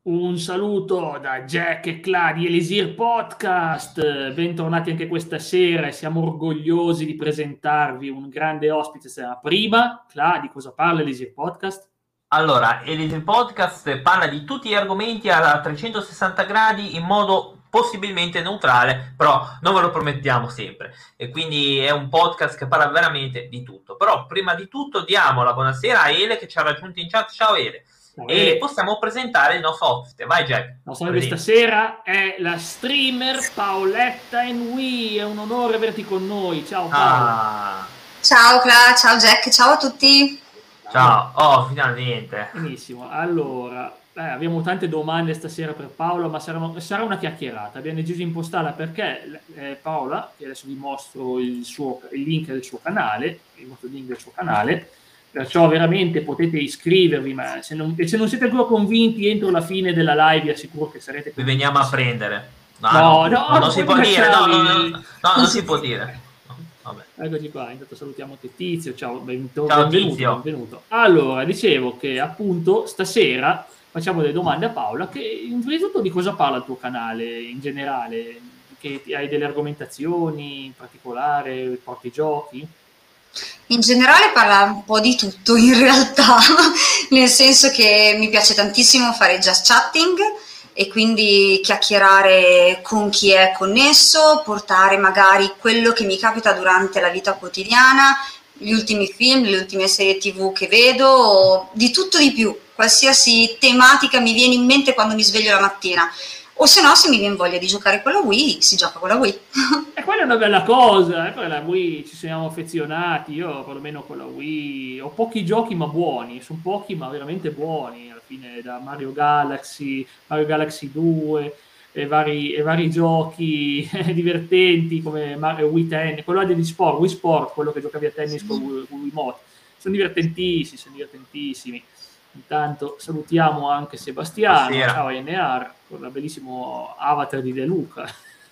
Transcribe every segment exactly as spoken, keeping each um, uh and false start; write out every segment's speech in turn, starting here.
Un saluto da Jack e Cla di Elisir Podcast, bentornati anche questa sera e siamo orgogliosi di presentarvi un grande ospite. Prima, Cla, di cosa parla Elisir Podcast? Allora, il podcast parla di tutti gli argomenti a trecentosessanta gradi in modo possibilmente neutrale, però non ve lo promettiamo sempre. E quindi è un podcast che parla veramente di tutto. Però prima di tutto diamo la buonasera a Ele che ci ha raggiunto in chat. Ciao Ele. Ciao, E Ele. possiamo presentare il nostro ospite. Vai Jack. La storia di Presente. stasera è la streamer Paoletta Enui, è un onore averti con noi. Ciao Paola. Ah, Ciao Cla, ciao Jack, ciao a tutti. ciao. Oh, finalmente. Benissimo, allora, eh, abbiamo tante domande stasera per Paola, ma sarà, sarà una chiacchierata. Abbiamo deciso di impostarla perché eh, Paola, che adesso vi mostro il, suo, il link del suo canale, vi mostro il link del suo canale, perciò veramente potete iscrivervi, ma se non, se non siete ancora convinti entro la fine della live vi assicuro che sarete Vi convinti. veniamo a prendere. No, No, no, no, no, non non si puoi può dire. No, no, minacciarmi. no, no, non si può dire. No, vabbè. Eccoci qua, intanto salutiamo anche Tizio, ciao, benvenuto, Ciao, benvenuto, Tizio. benvenuto. Allora, dicevo che appunto stasera facciamo delle domande a Paola, che innanzitutto di cosa parla il tuo canale in generale? Che hai delle argomentazioni in particolare, porti giochi? In generale parla un po' di tutto in realtà, nel senso che mi piace tantissimo fare just chatting e quindi chiacchierare con chi è connesso, portare magari quello che mi capita durante la vita quotidiana, gli ultimi film, le ultime serie tv che vedo, di tutto di più, qualsiasi tematica mi viene in mente quando mi sveglio la mattina. O se no, se mi viene voglia di giocare con la Wii, si gioca con la Wii. E quella è una bella cosa, eh? Poi la Wii ci siamo affezionati, io perlomeno con la Wii ho pochi giochi ma buoni, sono pochi ma veramente buoni, alla fine da Mario Galaxy, Mario Galaxy due e vari, e vari giochi divertenti come Mario Wii Tennis, quello là degli sport, Wii Sport, quello che giocavi a tennis con Wii, con Wii Mote, sono divertentissimi, sono divertentissimi. Intanto salutiamo anche Sebastiano, Buonasera. ciao N R, con il bellissimo avatar di De Luca.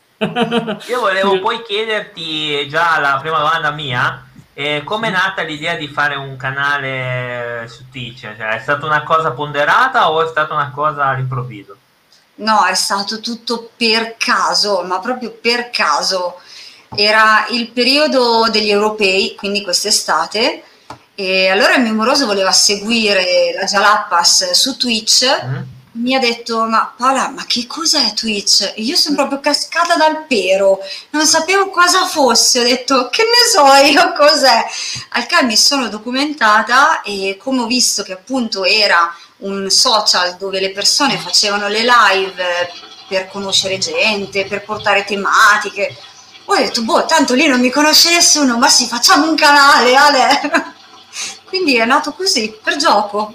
Io volevo poi chiederti già la prima domanda mia, eh, come è nata l'idea di fare un canale su Twitch? Cioè, è stata una cosa ponderata o è stata una cosa all'improvviso? No, è stato tutto per caso, ma proprio per caso. Era il periodo degli europei, quindi quest'estate, e allora il mio moroso voleva seguire la Jalapas su Twitch. Mm? Mi ha detto, ma Paola, ma che cos'è Twitch? E io sono proprio cascata dal pero, non sapevo cosa fosse, ho detto, che ne so io cos'è? Al che mi sono documentata e come ho visto che appunto era un social dove le persone facevano le live per conoscere gente, per portare tematiche, ho detto, boh, tanto lì non mi conosce nessuno, ma sì, facciamo un canale, Ale! Quindi è nato così, per gioco.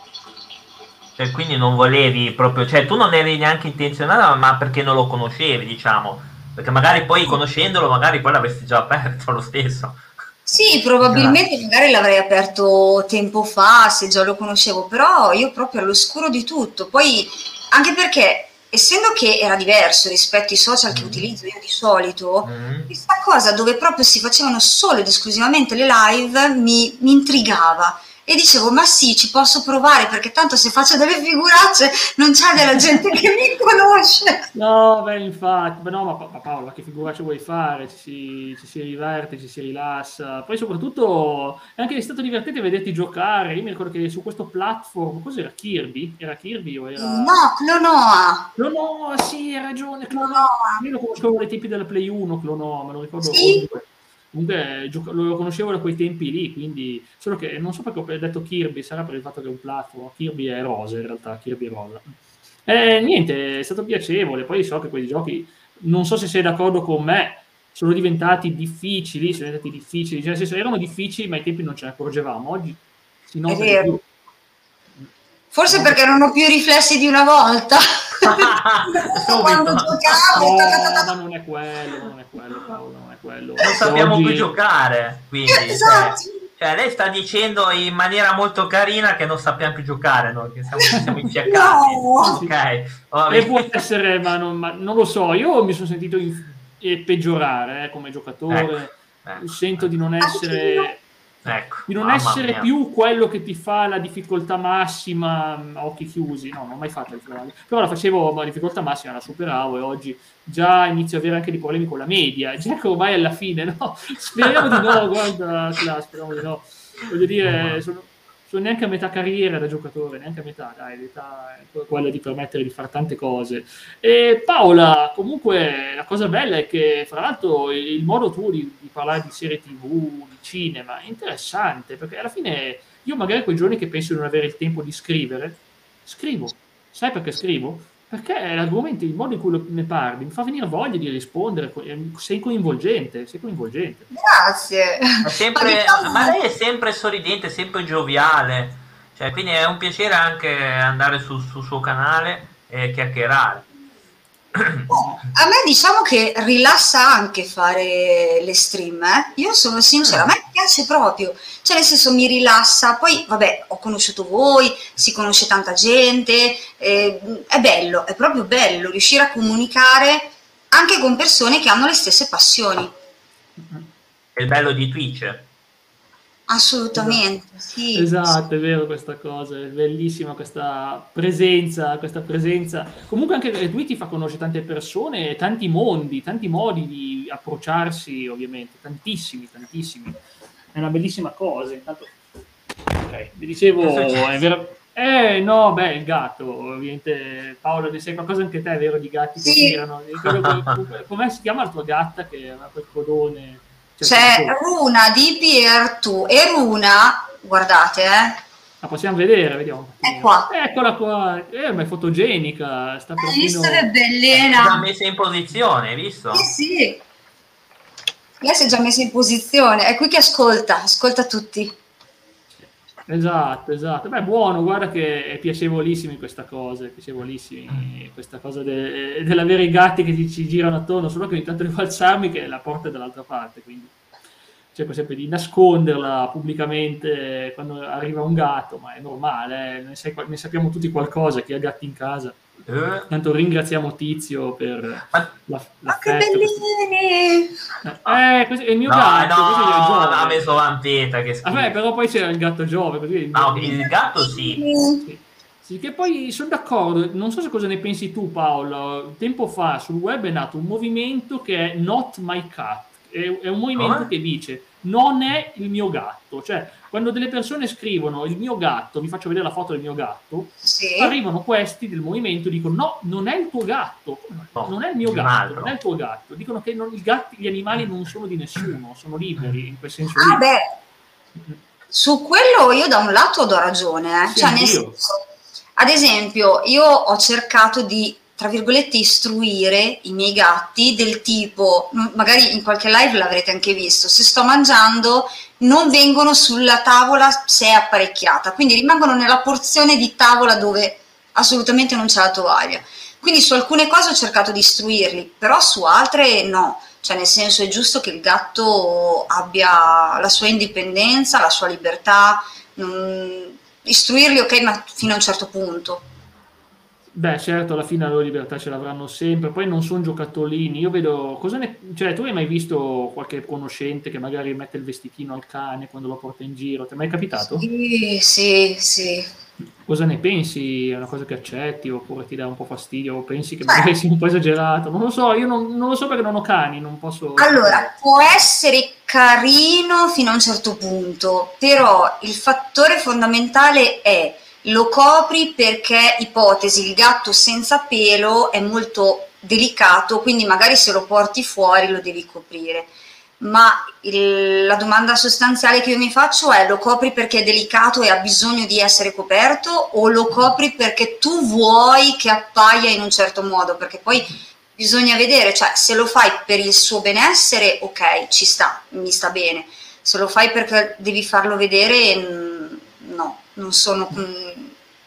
Cioè, quindi non volevi proprio, cioè tu non eri neanche intenzionata, ma perché non lo conoscevi, diciamo, perché magari poi conoscendolo, magari poi l'avresti già aperto lo stesso. Sì, probabilmente magari l'avrei aperto tempo fa se già lo conoscevo, però io proprio all'oscuro di tutto. Poi anche perché, essendo che era diverso rispetto ai social che Mm. utilizzo io di solito, Mm. questa cosa dove proprio si facevano solo ed esclusivamente le live mi, mi intrigava. E dicevo, ma sì, ci posso provare perché tanto se faccio delle figuracce non c'è della gente che mi conosce. No, beh, infatti, ma no, ma, Pa- ma Paola, che figuraccia vuoi fare? Ci si, ci si diverte, ci si rilassa. Poi soprattutto è anche stato divertente vederti giocare. Io mi ricordo che su questo platform, cos'era Kirby? Era Kirby o era... No, Clonoa. Clonoa, sì, hai ragione, Clonoa. Clonoa. Io lo conoscevo dai tempi della Play uno, Clonoa, me lo ricordo. Sì. Oddio. Comunque gioca- lo conoscevo da quei tempi lì, quindi solo che non so perché ho detto Kirby, sarà per il fatto che è un platform. Kirby è rosa in realtà, Kirby è rosa. Eh, niente, è stato piacevole. Poi so che quei giochi, non so se sei d'accordo con me, sono diventati difficili, sono diventati difficili, cioè nel senso erano difficili, ma ai tempi non ce ne accorgevamo. Oggi si È nota di più. vero. Forse perché non ho più i riflessi di una volta. Quando giocavo. No, ma non è quello, non è quello, Paolo, non è quello. Non sappiamo Oggi... più giocare, quindi Esatto. cioè, cioè, lei sta dicendo in maniera molto carina che non sappiamo più giocare, noi che siamo, siamo infiaccati. No. Ok, E può essere, ma non, ma non lo so, io mi sono sentito in, eh, peggiorare eh, come giocatore, Ecco, ecco, sento ecco. di non essere... Ecco, di non mamma essere mia. più quello che ti fa la difficoltà massima a occhi chiusi. No, non ho mai fatto il finale, però la facevo, ma la difficoltà massima la superavo, e oggi già inizio ad avere anche dei problemi con la media, già che ormai alla fine, no? Speriamo di no, guarda, Cla, speriamo di no. Voglio dire, sono, sono neanche a metà carriera da giocatore, neanche a metà, dai, l'età è quella di permettere di fare tante cose. E Paola, comunque la cosa bella è che, fra l'altro, il, il modo tuo di, di parlare di serie tivù, di cinema, è interessante, perché alla fine io magari quei giorni che penso di non avere il tempo di scrivere, scrivo. Sai perché scrivo? Perché l'argomento, il modo in cui lo- ne parli, mi fa venire voglia di rispondere, co- eh, sei coinvolgente, sei coinvolgente. Grazie. È Ma sempre, diciamo, ma lei è sempre sorridente, sempre gioviale, cioè, quindi è un piacere anche andare sul, sul suo canale e chiacchierare. a me diciamo che rilassa anche fare le stream, eh. Io sono sincera, a me piace proprio, cioè nel senso mi rilassa, poi vabbè ho conosciuto voi, si conosce tanta gente, eh, è bello, è proprio bello riuscire a comunicare anche con persone che hanno le stesse passioni, È il bello di Twitch. assolutamente, sì. Esatto, è vero questa cosa, è bellissima questa presenza, questa presenza. Comunque anche Twitch ti fa conoscere tante persone, tanti mondi, tanti modi di approcciarsi, ovviamente, tantissimi, tantissimi. È una bellissima cosa. Intanto, ok, vi dicevo, Che è successo? è vero. Eh no, beh, il gatto, ovviamente. Paolo, ne sai qualcosa anche te, è vero, di gatti che Sì. girano? Ricordo que- Com'è si chiama la tua gatta che aveva quel codone? Cioè, C'è tipo- Runa di Piertu e Runa, guardate, eh, La possiamo vedere, vediamo. un è attimino. qua. Eccola qua, eh, ma è fotogenica, sta Hai perfino... visto che È già bellina? messa in posizione, hai visto? Sì, sì. Lei si è già messa in posizione, è qui che ascolta, ascolta tutti. Esatto, esatto. Beh, buono, guarda che è piacevolissima questa cosa, è piacevolissima questa cosa de- dell'avere i gatti che ci, ci girano attorno, solo che ogni tanto devo alzarmi che la porta è dall'altra parte, quindi cerco sempre di nasconderla pubblicamente quando arriva un gatto, ma è normale, eh, ne, sai- ne sappiamo tutti qualcosa, chi ha gatti in casa. Eh, Tanto ringraziamo Tizio per ma- la- Ma che l'affetto. questo- bellini! Eh, questo è il mio No, gatto, questo è il no, Giove. ha messo Vampeta, che schifo. Vabbè, però poi c'era il gatto Giove, così il mio- Ah, ok, il gatto sì. Sì. Sì, che poi sono d'accordo, non so se cosa ne pensi tu Paolo, tempo fa sul web è nato un movimento che è Not My Cat, è, è un movimento Come? che dice non è il mio gatto, cioè quando delle persone scrivono il mio gatto, vi faccio vedere la foto del mio gatto, Sì. arrivano questi del movimento e dicono no, non è il tuo gatto, No, non è il mio un gatto, altro. non è il tuo gatto, dicono che non- i gatti, gli animali non sono di nessuno, sono liberi in quel senso Ah lì. beh, su quello io da un lato do ragione, eh. Sì, Cioè, nel anch'io. senso, ad esempio, io ho cercato di, tra virgolette, istruire i miei gatti del tipo, m- magari in qualche live l'avrete anche visto, se sto mangiando non vengono sulla tavola se è apparecchiata, quindi rimangono nella porzione di tavola dove assolutamente non c'è la tovaglia. Quindi su alcune cose ho cercato di istruirli, però su altre no. Cioè, nel senso, è giusto che il gatto abbia la sua indipendenza, la sua libertà, non- istruirli, ok, ma fino a un certo punto. Beh, certo, alla fine la loro libertà ce l'avranno sempre, poi non sono giocattolini. Io vedo, cosa ne, cioè, tu hai mai visto qualche conoscente che magari mette il vestitino al cane quando lo porta in giro? Ti è mai capitato? Sì, sì, sì. Cosa ne pensi? È una cosa che accetti oppure ti dà un po' fastidio o pensi che Beh. magari sia un po' esagerato? Non lo so, io non, non lo so perché non ho cani, non posso... Allora, può essere carino fino a un certo punto, però il fattore fondamentale è lo copri perché, ipotesi, il gatto senza pelo è molto delicato, quindi magari se lo porti fuori lo devi coprire. Ma il- la domanda sostanziale che io mi faccio è: lo copri perché è delicato e ha bisogno di essere coperto, o lo copri perché tu vuoi che appaia in un certo modo? Perché poi bisogna vedere, cioè se lo fai per il suo benessere, ok, ci sta, mi sta bene. Se lo fai perché devi farlo vedere, mm, no, non sono... mm,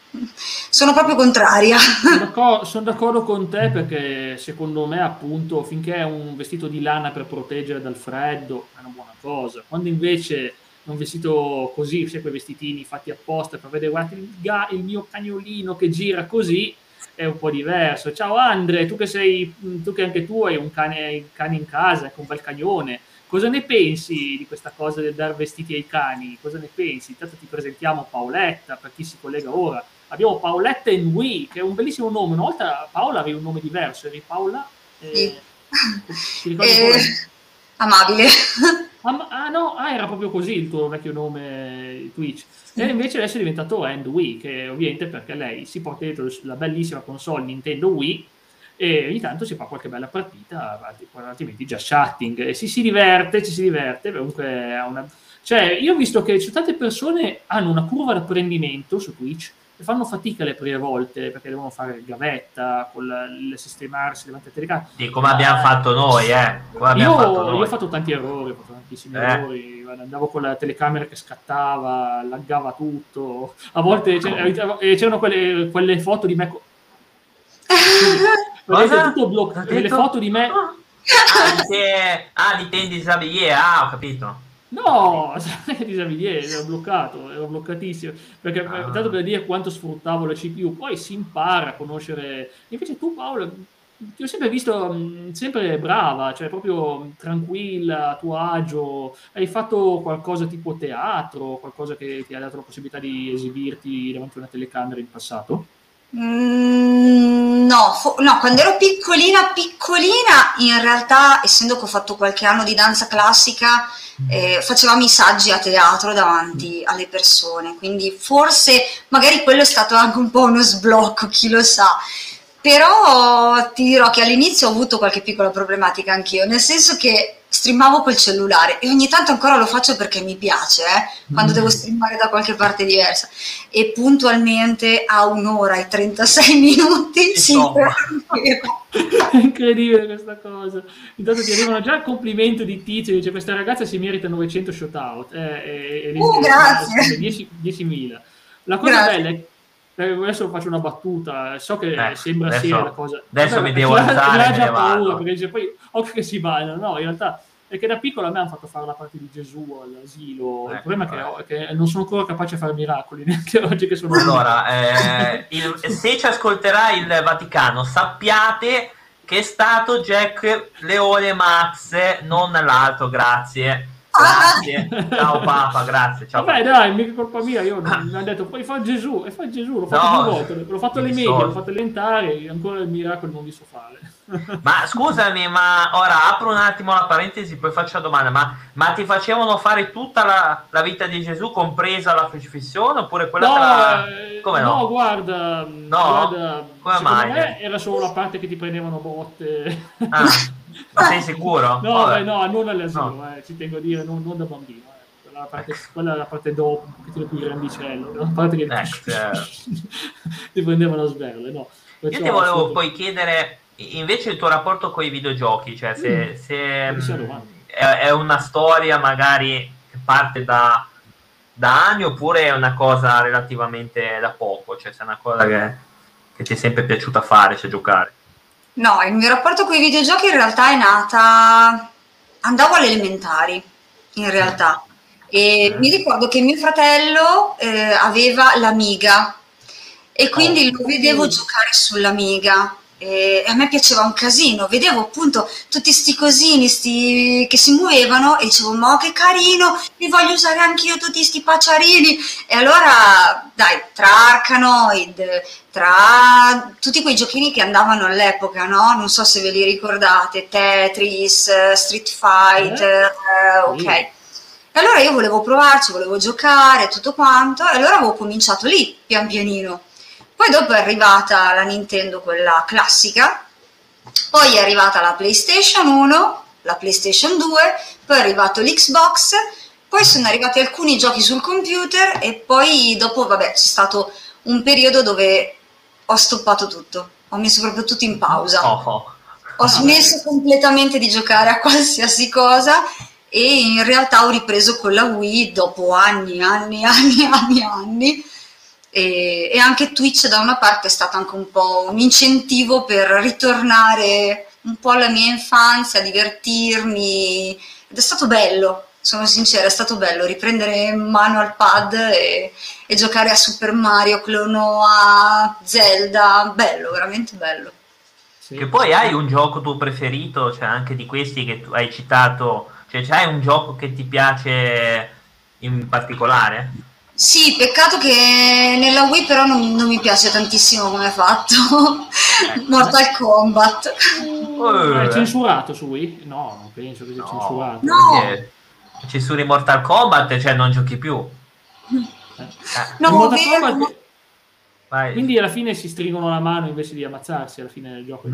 sono proprio contraria. Sono d'accordo, sono d'accordo con te perché secondo me appunto finché è un vestito di lana per proteggere dal freddo è una buona cosa, quando invece è un vestito così, sai quei vestitini fatti apposta per vedere guarda il, ga- il mio cagnolino che gira così, è un po' diverso. Ciao Andre, tu che sei, tu che anche tu hai un cane, un cane in casa, anche un bel cagnone, cosa ne pensi di questa cosa del dar vestiti ai cani? Cosa ne pensi? Intanto ti presentiamo Paoletta, per chi si collega ora. Abbiamo Paoletta and We, che è un bellissimo nome. Una volta Paola avevi un nome diverso, eri Paola? Eh, sì. Ti ricordi Eh, come? amabile. Ah, ma- ah, no, ah, era proprio così il tuo vecchio nome Twitch. E invece adesso è diventato And Wii, che ovviamente perché lei si porta dietro la bellissima console Nintendo Wii e ogni tanto si fa qualche bella partita, altrimenti già chatting, e si, si diverte, ci si diverte, comunque è una... Cioè, io ho visto che cioè, tante persone hanno una curva d'apprendimento su Twitch e fanno fatica le prime volte perché devono fare gavetta, con la, il sistemarsi davanti alla telecamera. Sì, come abbiamo fatto noi, eh. Come abbiamo Io, fatto noi. io ho fatto tanti errori, ho fatto tantissimi Eh. errori, guarda, andavo con la telecamera che scattava, laggava tutto, a volte c'era- eh, c'erano quelle, quelle foto di me, co- Cosa? vedete tutto bloccato, Cosa ha delle detto? foto di me, Ah, di te... ah, di te in disabilie, ah, ho capito. no, che disabilie, ero bloccato, ero bloccatissimo, perché Ah. tanto per dire quanto sfruttavo la C P U, poi si impara a conoscere, invece tu Paolo, ti ho sempre visto mh, sempre brava, cioè proprio tranquilla, a tuo agio, hai fatto qualcosa tipo teatro, qualcosa che ti ha dato la possibilità di esibirti davanti a una telecamera in passato? Mm, no, fo- no, quando ero piccolina, piccolina, in realtà, essendo che ho fatto qualche anno di danza classica, eh, facevamo i saggi a teatro davanti alle persone, quindi forse magari quello è stato anche un po' uno sblocco, chi lo sa. Però ti dirò che all'inizio ho avuto qualche piccola problematica anch'io, nel senso che streamavo col cellulare e ogni tanto ancora lo faccio perché mi piace, eh, quando devo streamare da qualche parte diversa. E puntualmente a un'ora e trentasei minuti si Insomma. interrompeva. È incredibile questa cosa. Intanto ti arrivano già il complimento di Tizio, dice questa ragazza si merita novecento shoutout. Eh, e, e, Uh, e- grazie. e- dieci diecimila. La cosa Grazie. bella è eh, adesso faccio una battuta, so che Eh, sembra adesso- seria la cosa. adesso Vabbè, mi devo la- alzare, la me già ne paura vado. perché dice poi occhio che si ballano. No, in realtà è che da piccolo a me hanno fatto fare la parte di Gesù all'asilo. Il Ecco, problema è che, eh. ho- che non sono ancora capace a fare miracoli neanche oggi che sono Allora, eh, il- se ci ascolterà il Vaticano, sappiate che è stato Jack Leone Max, non l'altro, grazie. Grazie. Ciao Papa, grazie. Ciao. Vabbè, dai, mica colpa mia. Io non- mi hanno detto poi fa Gesù e fa Gesù. L'ho fatto No, due volte. L'ho fatto alle mi medie, l'ho dissocio. fatto elementari. Ancora il miracolo non vi so fare. Ma scusami, ma ora apro un attimo la parentesi, poi faccio la domanda. Ma, ma ti facevano fare tutta la, la vita di Gesù, compresa la crocifissione, oppure quella No, te la... eh, Come no? no, guarda, guarda, Come secondo mai? me era solo la parte che ti prendevano botte. Ah, ma sei sicuro? No, Vabbè. beh, no, non all'asilo, No. eh, ci tengo a dire, non, non da bambino. Eh. Quella, parte, quella è la parte dopo, un pochettino più grandicello, la parte che Eh, ti prendevano a sberle, no. Io Perciò, ti volevo assolutamente. poi chiedere invece il tuo rapporto con i videogiochi, cioè se, Mm. se, Bellissima mh, domanda. è, è una storia magari che parte da, da anni oppure è una cosa relativamente da poco, cioè se è una cosa che, che ti è sempre piaciuta fare, cioè giocare. No, il mio rapporto con i videogiochi in realtà è nata... Andavo alle elementari, in realtà. E Mm. mi ricordo che mio fratello eh, aveva l'Amiga e quindi Oh. lo vedevo giocare sull'Amiga. E a me piaceva un casino, vedevo appunto tutti sti cosini sti che si muovevano e dicevo ma che carino, li voglio usare anch'io tutti sti pacciarini. E allora dai, tra Arkanoid, tra tutti quei giochini che andavano all'epoca, no? Non so se ve li ricordate, Tetris, Street Fighter, eh, ok. Sì. E allora io volevo provarci, volevo giocare, tutto quanto, e allora avevo cominciato lì, pian pianino. Poi dopo è arrivata la Nintendo, quella classica, poi è arrivata la PlayStation uno, la PlayStation due, poi è arrivato l'Xbox, poi sono arrivati alcuni giochi sul computer e poi dopo, vabbè, c'è stato un periodo dove ho stoppato tutto, ho messo proprio tutto in pausa. Oh, oh. Ho smesso completamente di giocare a qualsiasi cosa e in realtà ho ripreso con la Wii dopo anni, anni, anni, anni, anni. E, e anche Twitch da una parte è stato anche un po' un incentivo per ritornare un po' alla mia infanzia, divertirmi, ed è stato bello, sono sincera, è stato bello riprendere in mano al pad e, e giocare a Super Mario, Clonoa, Zelda, bello, veramente bello. Sì. Che poi hai un gioco tuo preferito, cioè anche di questi che tu hai citato, Cioè, c'hai un gioco che ti piace in particolare? Sì, peccato che nella Wii però non, non mi piace tantissimo come è fatto. Ecco. Mortal Kombat. Uh, è censurato su Wii? No, non penso che sia No, censurato. No. perché censuri Mortal Kombat, cioè non giochi più. Eh. No, In Mortal vero, Kombat- no. Vai. Quindi alla fine si stringono la mano invece di ammazzarsi alla fine del gioco. No.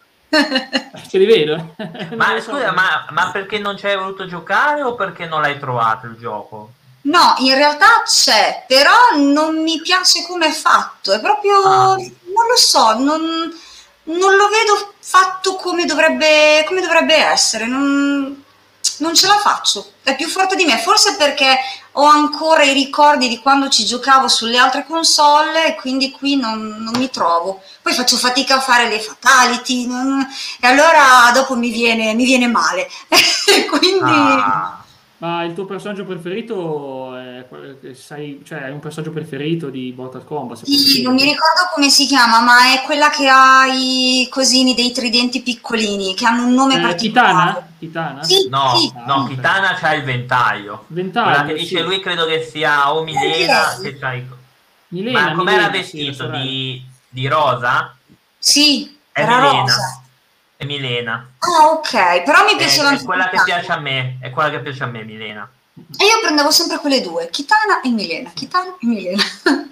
Ce li vedo. Non Ma lo so. scusa, ma, ma perché non ci hai voluto giocare o perché non l'hai trovato il gioco? No, in realtà c'è, però non mi piace come è fatto, è proprio, Ah. non lo so, non, non lo vedo fatto come dovrebbe, come dovrebbe essere, non, non ce la faccio, è più forte di me, forse perché ho ancora i ricordi di quando ci giocavo sulle altre console e quindi qui non, non mi trovo. Poi faccio fatica a fare le fatality non- e allora dopo mi viene, mi viene male, quindi... Ah. Ma il tuo personaggio preferito è, sai, cioè, è un personaggio preferito di Mortal Kombat? se posso Sì, chiedere? non mi ricordo come si chiama, ma è quella che ha i cosini dei tridenti piccolini, che hanno un nome Eh, particolare. Kitana? Kitana? Sì, No, sì. no, Ah, Kitana c'ha il ventaglio. Ventaglio, Quella che dice sì. lui credo che sia o Milena, Perché? che c'ha i... Milena, Ma com'era Milena, sì, la vestito? sorella. di, di rosa? Sì, È era Milena. rosa. È Milena. Ah, ok, però mi È, piaceva è anche quella che Kitana. piace a me, è quella che piace a me, Milena. E io prendevo sempre quelle due, Kitana e Milena, Kitana e Milena.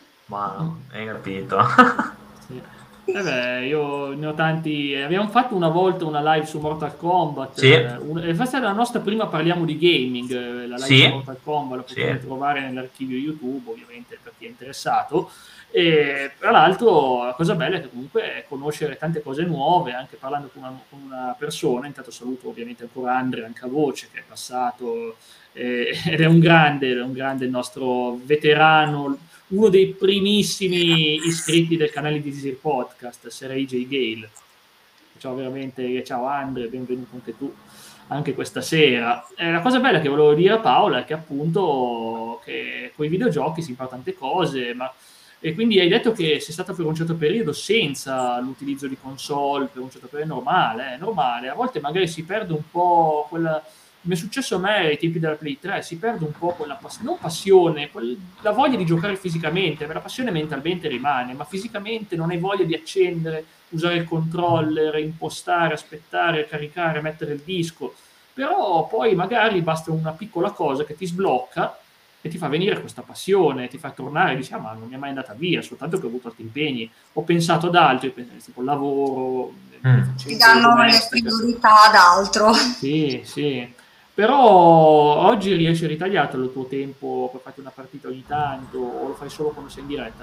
Ma hai capito? Sì. Eh beh, io ne ho tanti. Abbiamo fatto una volta una live su Mortal Kombat. Sì. eh, un- e questa è la nostra prima Parliamo di Gaming. eh, La live Sì. su Mortal Kombat la potete Sì. trovare nell'archivio YouTube, ovviamente per chi è interessato. E tra l'altro la cosa bella è che comunque è conoscere tante cose nuove, anche parlando con una, con una persona. Intanto saluto ovviamente ancora Andre, anche a voce, che è passato eh, ed è un grande, è un grande il nostro veterano, uno dei primissimi iscritti del canale di Disney Podcast, Sir A J Gale. Ciao veramente, ciao Andre, benvenuto anche tu, anche questa sera. Eh, la cosa bella che volevo dire a Paola è che appunto che con i videogiochi si impara tante cose, ma e quindi hai detto che sei stata per un certo periodo senza l'utilizzo di console, per un certo periodo normale, è normale, a volte magari si perde un po' quella... Mi è successo a me ai tempi della Play tre, si perde un po' quella pass- non passione, quel- la voglia di giocare fisicamente, la passione mentalmente rimane, ma fisicamente non hai voglia di accendere, usare il controller, impostare, aspettare, caricare, mettere il disco, però poi magari basta una piccola cosa che ti sblocca e ti fa venire questa passione, ti fa tornare e dici, ah ma non mi è mai andata via, soltanto che ho avuto altri impegni, ho pensato ad altri, tipo il lavoro, Mm. Ti danno le priorità ad altro. sì, sì. Però oggi riesci a ritagliartelo il tuo tempo per farti una partita ogni tanto o lo fai solo quando sei in diretta?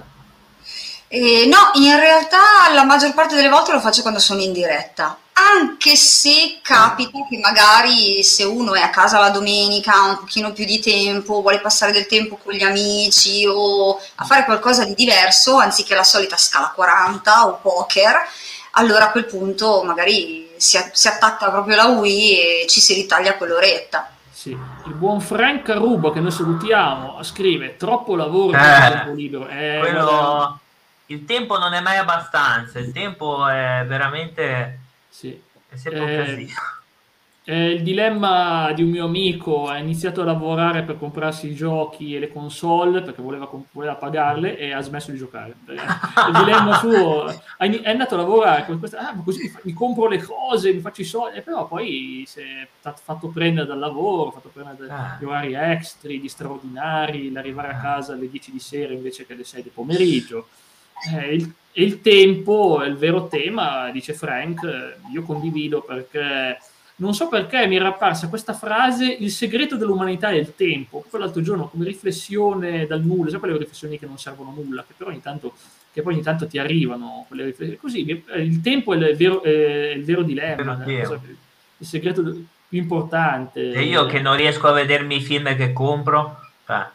Eh, no, in realtà la maggior parte delle volte lo faccio quando sono in diretta, anche se capita che magari se uno è a casa la domenica, ha un pochino più di tempo, vuole passare del tempo con gli amici o a fare qualcosa di diverso, anziché la solita scala quaranta o poker, allora a quel punto magari si, si attacca proprio la Wii e ci si ritaglia quell'oretta. Sì. Il buon Frank Caruba, che noi salutiamo, scrive troppo lavoro Eh, per tempo libero. Eh, quello... guarda, Il tempo non è mai abbastanza, il tempo è veramente... sì. è sempre un Eh, casino. È il dilemma di un mio amico, ha iniziato a lavorare per comprarsi i giochi e le console perché voleva, voleva pagarle e ha smesso di giocare. Il dilemma suo, è andato a lavorare con questa, ah, ma così mi, fa, mi compro le cose, mi faccio i soldi, e però poi si è fatto prendere dal lavoro, fatto prendere dagli orari extra, gli straordinari, l'arrivare a casa alle dieci di sera invece che alle sei del pomeriggio. Eh, il, il tempo è il vero tema, dice Frank, io condivido perché... Non so perché mi era apparsa questa frase, il segreto dell'umanità è il tempo, proprio l'altro giorno come riflessione dal nulla, sai quelle riflessioni che non servono a nulla, che però ogni tanto, che poi ogni tanto ti arrivano, quelle riflessioni. Così, il tempo è il vero, è il vero dilemma, Il, cosa, il segreto più importante. E io che non riesco a vedermi i film che compro, cioè...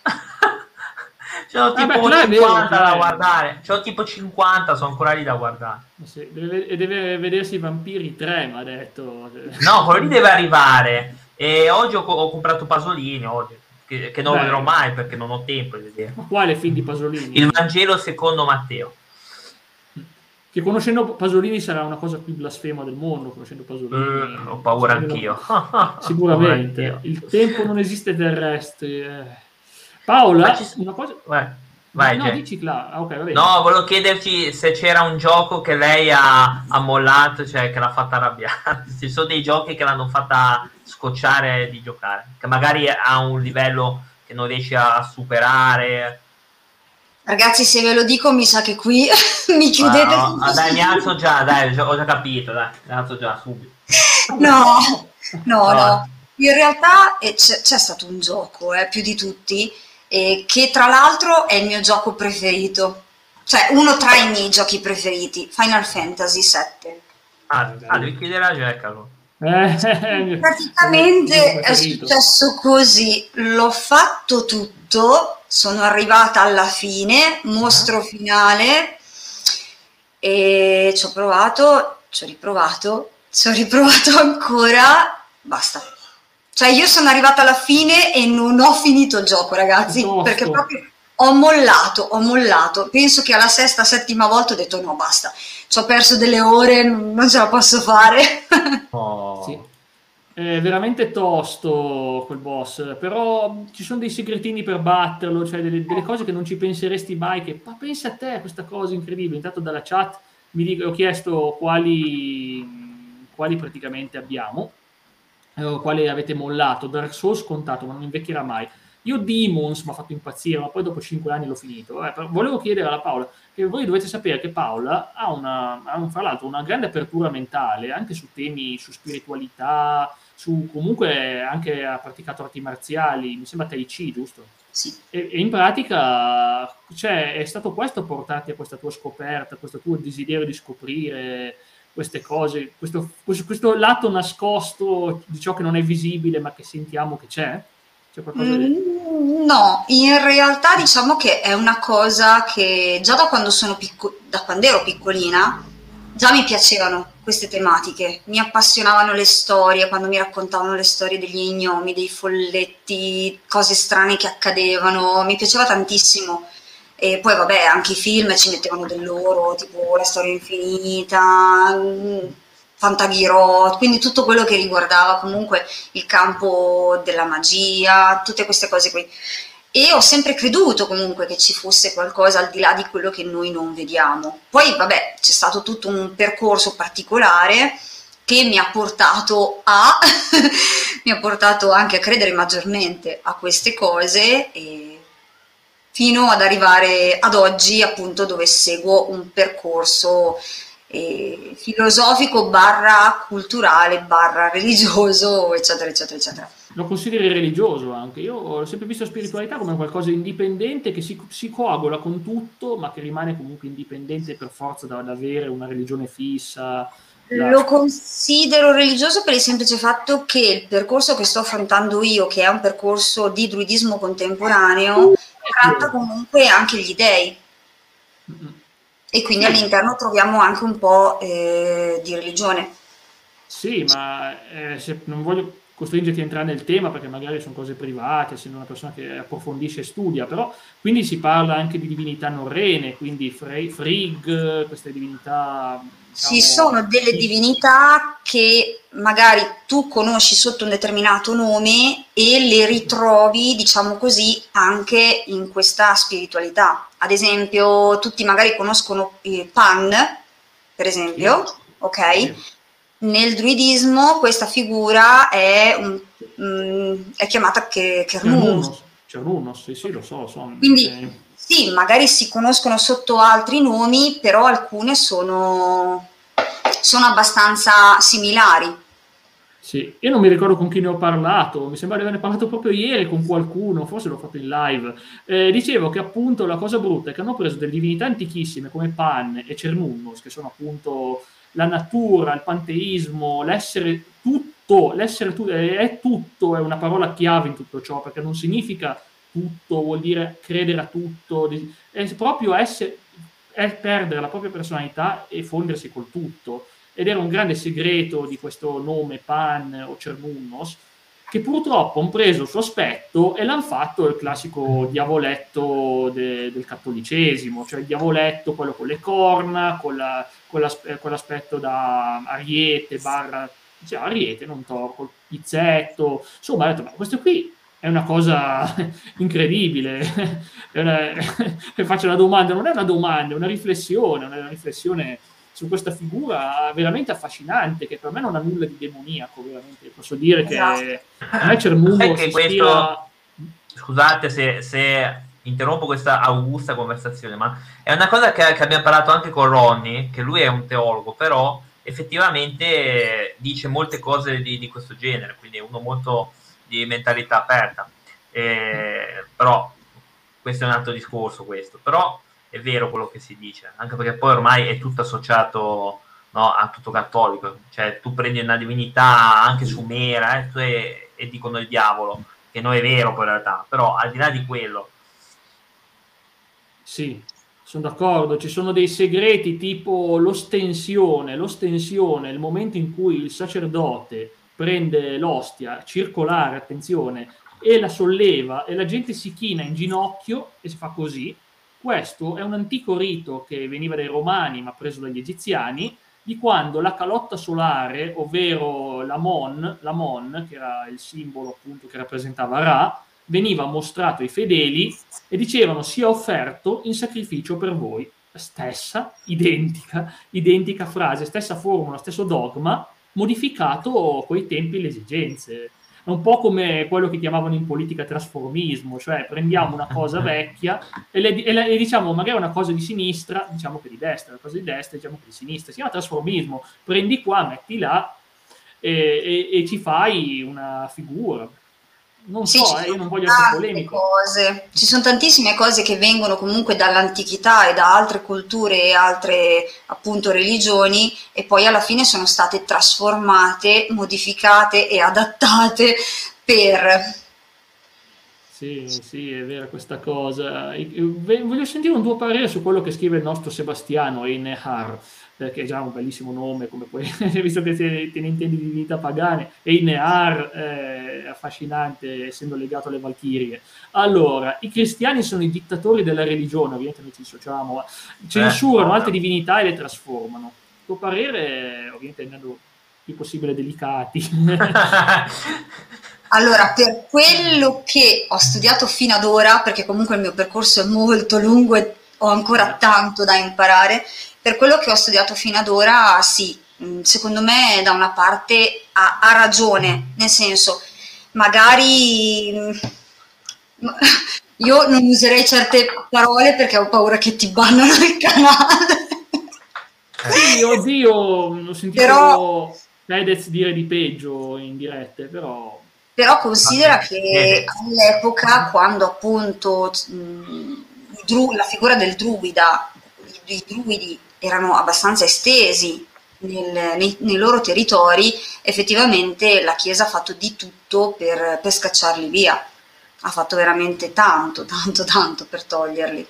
C'ho tipo ah, beh, cinquanta vero, da guardare, c'ho tipo cinquanta, sono ancora lì da guardare. Sì, deve, deve vedersi i Vampiri tre, mi ha detto. No, quello lì deve arrivare. E oggi ho, ho comprato Pasolini, oggi, che, che non beh, lo vedrò mai perché non ho tempo di vedere. Ma quale film di Pasolini? Il Vangelo secondo Matteo. Che che conoscendo Pasolini sarà una cosa più blasfema del mondo, conoscendo Pasolini. Mm, ho paura anch'io. Sicuramente. Paura anch'io. Il tempo non esiste terrestri. Eh. Paola, ci... una cosa... Vai, vai, no, Jay. dici Cla. Ah, ok, va bene. No, volevo chiederti se c'era un gioco che lei ha, ha mollato, cioè che l'ha fatta arrabbiare. Ci sono dei giochi che l'hanno fatta scocciare di giocare, che magari ha un livello che non riesci a superare. Ragazzi, se ve lo dico mi sa che qui mi chiudete. Ah, no. Ah, dai, mi alzo già, dai, ho già capito, dai, mi alzo già subito. No, no, no. In realtà eh, c'è, c'è stato un gioco, eh, più di tutti, eh, che tra l'altro è il mio gioco preferito. Cioè, uno tra i miei giochi preferiti, Final Fantasy sette. Ah, ah devi chiedere a Jack allora. Eh, Praticamente è successo così, l'ho fatto tutto, sono arrivata alla fine, mostro finale, e ci ho provato, ci ho riprovato, ci ho riprovato ancora, basta. Cioè io sono arrivata alla fine e non ho finito il gioco, ragazzi, Tosto. Perché proprio ho mollato, ho mollato. Penso che alla sesta, settima volta ho detto no, basta, ci ho perso delle ore, non ce la posso fare. Oh. Sì. È veramente tosto quel boss, però ci sono dei segretini per batterlo, cioè delle, delle cose che non ci penseresti mai, che ma pensa a te a questa cosa incredibile. Intanto dalla chat mi dico, ho chiesto quali, quali praticamente abbiamo, eh, quali avete mollato. Dark Souls scontato, ma non invecchierà mai. Io Demons mi ha fatto impazzire, ma poi dopo cinque anni l'ho finito. Eh, volevo chiedere alla Paola, che voi dovete sapere che Paola ha, una, ha un, fra l'altro una grande apertura mentale, anche su temi, su spiritualità, su comunque anche ha praticato arti marziali, mi sembra Tai Chi, giusto? Sì. E, e in pratica, cioè, è stato questo a portarti a questa tua scoperta, questo tuo desiderio di scoprire queste cose, questo, questo, questo lato nascosto di ciò che non è visibile ma che sentiamo che c'è? Mm, no, in realtà diciamo che è una cosa che già da quando sono picco- da quando ero piccolina già mi piacevano queste tematiche, mi appassionavano le storie, quando mi raccontavano le storie degli gnomi, dei folletti, cose strane che accadevano, mi piaceva tantissimo. E poi vabbè, anche i film ci mettevano del loro, tipo La storia infinita, Fantaghirò, quindi tutto quello che riguardava comunque il campo della magia, tutte queste cose qui. E ho sempre creduto comunque che ci fosse qualcosa al di là di quello che noi non vediamo. Poi vabbè, c'è stato tutto un percorso particolare che mi ha portato a mi ha portato anche a credere maggiormente a queste cose, e fino ad arrivare ad oggi, appunto, dove seguo un percorso eh, filosofico barra culturale barra religioso, eccetera eccetera eccetera. Lo consideri religioso anche. Io ho sempre visto spiritualità come qualcosa di indipendente che si, si coagula con tutto, ma che rimane comunque indipendente per forza da, da avere una religione fissa. La... Lo considero religioso per il semplice fatto che il percorso che sto affrontando io, che è un percorso di druidismo contemporaneo, tratta comunque anche gli dei. Mm-hmm. E quindi sì, all'interno troviamo anche un po' eh, di religione. Sì, ma eh, se non voglio costringerti a entrare nel tema perché magari sono cose private, essendo una persona che approfondisce e studia, però quindi si parla anche di divinità norrene, quindi Frigg, queste divinità... Diciamo, ci sono delle divinità che magari tu conosci sotto un determinato nome e le ritrovi, diciamo così, anche in questa spiritualità. Ad esempio, tutti magari conoscono Pan, per esempio, sì, ok? Sì. Nel druidismo questa figura è, un, um, è chiamata Cernunnos. Cernunnos, sì, sì, lo so. Lo so. Quindi eh. sì, magari si conoscono sotto altri nomi, però alcune sono, sono abbastanza similari. Sì, io non mi ricordo con chi ne ho parlato, mi sembra di averne parlato proprio ieri con qualcuno, forse l'ho fatto in live. Eh, dicevo che appunto la cosa brutta è che hanno preso delle divinità antichissime come Pan e Cernunnos, che sono appunto la natura, il panteismo, l'essere tutto, l'essere tu- è tutto, è una parola chiave in tutto ciò, perché non significa tutto, vuol dire credere a tutto, è proprio essere, è perdere la propria personalità e fondersi col tutto. Ed era un grande segreto di questo nome Pan o Cernunnos, che purtroppo hanno preso il suo aspetto e l'hanno fatto il classico diavoletto de, del cattolicesimo, cioè il diavoletto, quello con le corna, con, la, con, la, con l'aspetto da ariete, barra, cioè ariete, non toro, col pizzetto, insomma, ho detto, ma questo qui è una cosa incredibile. È una, faccio una domanda, non è una domanda, è una riflessione, una riflessione su questa figura veramente affascinante, che per me non ha nulla di demoniaco, veramente. Posso dire Esatto. che a me Cernugo si questo, ispira... Scusate se, se interrompo questa augusta conversazione, ma è una cosa che, che abbiamo parlato anche con Ronny, che lui è un teologo, però effettivamente dice molte cose di, di questo genere, quindi è uno molto di mentalità aperta. Eh, però questo è un altro discorso, questo. Però è vero quello che si dice, anche perché poi ormai è tutto associato, no, a tutto cattolico, cioè tu prendi una divinità anche sumera eh, e, e dicono il diavolo, che non è vero poi in realtà, però al di là di quello. Sì, sono d'accordo, ci sono dei segreti tipo l'ostensione, l'ostensione, il momento in cui il sacerdote prende l'ostia circolare, attenzione, e la solleva e la gente si china in ginocchio e si fa così. Questo è un antico rito che veniva dai Romani ma preso dagli Egiziani, di quando la calotta solare, ovvero l'Amon, l'Amon, che era il simbolo appunto che rappresentava Ra, veniva mostrato ai fedeli e dicevano sia offerto in sacrificio per voi. Stessa, identica, identica frase, stessa formula, stesso dogma, modificato coi tempi e le esigenze. È un po' come quello che chiamavano in politica trasformismo, cioè prendiamo una cosa vecchia e, le, e, le, e diciamo magari una cosa di sinistra, diciamo che di destra, una cosa di destra, diciamo che di sinistra. Si chiama trasformismo, prendi qua, metti là e, e, e ci fai una figura. Non Sì, so, ci eh, io sono non voglio essere tante polemico. cose. Ci sono tantissime cose che vengono comunque dall'antichità e da altre culture e altre appunto religioni e poi alla fine sono state trasformate, modificate e adattate per... Sì, sì, è vera questa cosa. E- e Voglio sentire un tuo parere su quello che scrive il nostro Sebastiano Einehar, eh, che è già un bellissimo nome, come poi, visto che te, te ne intendi di divinità pagane. Einehar eh, è affascinante, essendo legato alle Valchirie. Allora, i cristiani sono i dittatori della religione, ovviamente noi ci dissociamo, censurano Eh, altre divinità e le trasformano. Il tuo parere, ovviamente, andando il più possibile delicati. Allora, per quello che ho studiato fino ad ora, perché comunque il mio percorso è molto lungo e ho ancora tanto da imparare, per quello che ho studiato fino ad ora, sì, mh, secondo me da una parte ha, ha ragione, nel senso, magari mh, io non userei certe parole perché ho paura che ti bannano il canale. Sì, oddio, ho sentito Però, Fedez dire di peggio in dirette, però... però considera che Bene. all'epoca, quando appunto mh, i dru- la figura del druida, i, i druidi erano abbastanza estesi nel- nei, nei loro territori, effettivamente la Chiesa ha fatto di tutto per, per scacciarli via. Ha fatto veramente tanto, tanto, tanto per toglierli.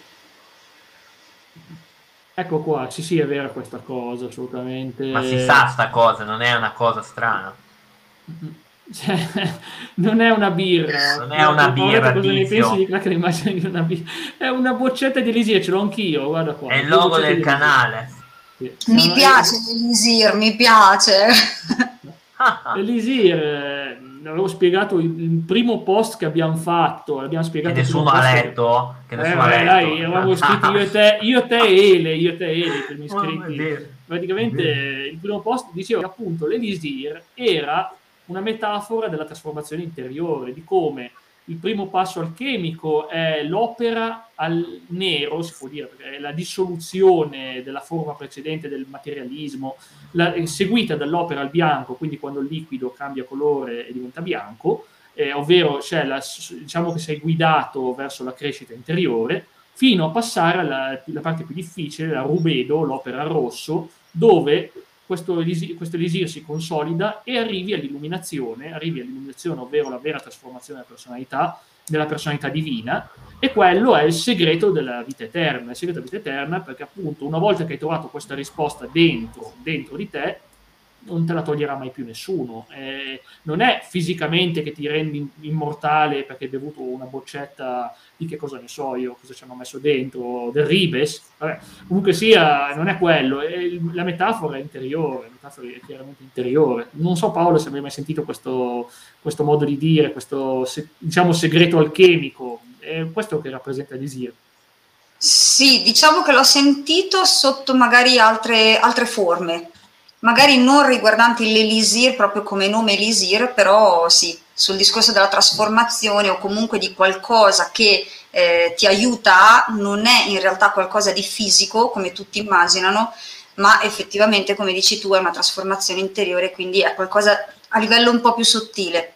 Ecco qua, sì sì, è vera questa cosa, assolutamente. ma si sa sta cosa, non è una cosa strana. Cioè, non è una birra. Non è una birra, cosa ne tizio. pensi di crack l'immagine di una birra? È una boccetta di Elisir, ce l'ho anch'io, guarda qua. È il due logo boccette del di Elisir. canale. Sì. Mi Sono- piace l'Elisir, mi piace. Elisir, eh, avevo spiegato il, il primo post che abbiamo fatto, l'abbiamo Che spiegato il primo nessuno ha post che- letto. Che Eh, nessuno ha beh, letto. dai, eravamo iscritti io e te, io e te e Ele, io e te e Ele, i primi Oh, è iscritti. vero. Praticamente È vero. il primo post diceva che appunto l'Elisir era una metafora della trasformazione interiore, di come il primo passo alchemico è l'opera al nero, si può dire, perché è la dissoluzione della forma precedente del materialismo, la, seguita dall'opera al bianco, quindi quando il liquido cambia colore e diventa bianco, eh, ovvero cioè la, diciamo che sei guidato verso la crescita interiore, fino a passare alla la parte più difficile, la rubedo, l'opera al rosso, dove questo, questo elisir si consolida e arrivi all'illuminazione, arrivi all'illuminazione, ovvero la vera trasformazione della personalità, della personalità divina, e quello è il segreto della vita eterna. Il segreto della vita eterna perché appunto una volta che hai trovato questa risposta dentro, dentro di te, non te la toglierà mai più nessuno. Eh, non è fisicamente che ti rendi immortale perché hai bevuto una boccetta di che cosa ne so io, cosa ci hanno messo dentro, del Ribes. Vabbè, comunque sia, non è quello. Eh, la metafora è interiore, la metafora è chiaramente interiore. Non so Paolo se avevi mai sentito questo, questo modo di dire, questo se, diciamo segreto alchemico. È questo che rappresenta Elisir. Sì, diciamo che l'ho sentito sotto magari altre, altre forme, magari non riguardanti l'Elisir proprio come nome Elisir, però sì, sul discorso della trasformazione o comunque di qualcosa che eh, ti aiuta a, non è in realtà qualcosa di fisico come tutti immaginano, ma effettivamente come dici tu è una trasformazione interiore, quindi è qualcosa a livello un po' più sottile.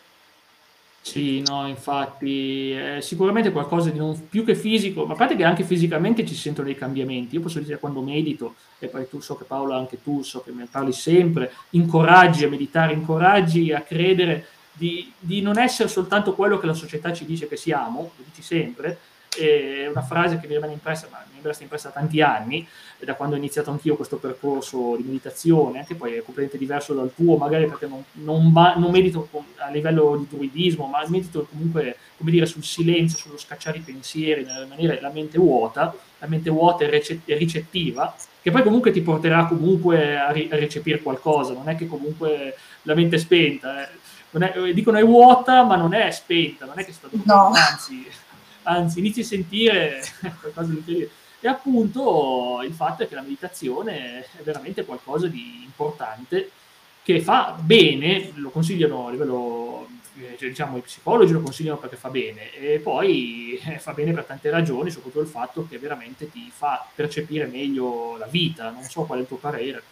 Sì, no, infatti è sicuramente qualcosa di non più che fisico, ma a parte che anche fisicamente ci si sentono dei cambiamenti. Io posso dire quando medito, e poi tu so che Paola anche tu so che me ne parli sempre, incoraggi a meditare, incoraggi a credere di, di non essere soltanto quello che la società ci dice che siamo, lo dici sempre, è una frase che mi rimane impressa, ma mi resta impressa da tanti anni, da quando ho iniziato anch'io questo percorso di meditazione, anche poi è completamente diverso dal tuo, magari perché non, non, ba- non medito a livello di druidismo, ma medito comunque, come dire, sul silenzio, sullo scacciare i pensieri, nella maniera, la mente vuota, la mente vuota e rece- ricettiva, che poi comunque ti porterà comunque a, ri- a recepire qualcosa, non è che comunque la mente è spenta, eh. Non è, dicono è vuota, ma non è spenta, non è che sta dormendo, No. anzi, anzi inizi a sentire qualcosa di incredibile. E appunto il fatto è che la meditazione è veramente qualcosa di importante che fa bene, lo consigliano a livello, eh, diciamo i psicologi lo consigliano perché fa bene, e poi eh, fa bene per tante ragioni, soprattutto il fatto che veramente ti fa percepire meglio la vita. Non so qual è il tuo parere.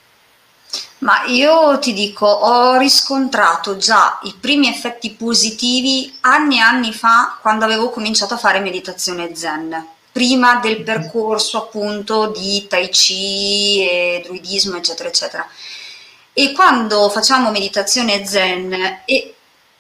Ma io ti dico, ho riscontrato già i primi effetti positivi anni e anni fa quando avevo cominciato a fare meditazione zen, prima del percorso appunto di Tai Chi e druidismo eccetera eccetera. E quando facciamo meditazione zen e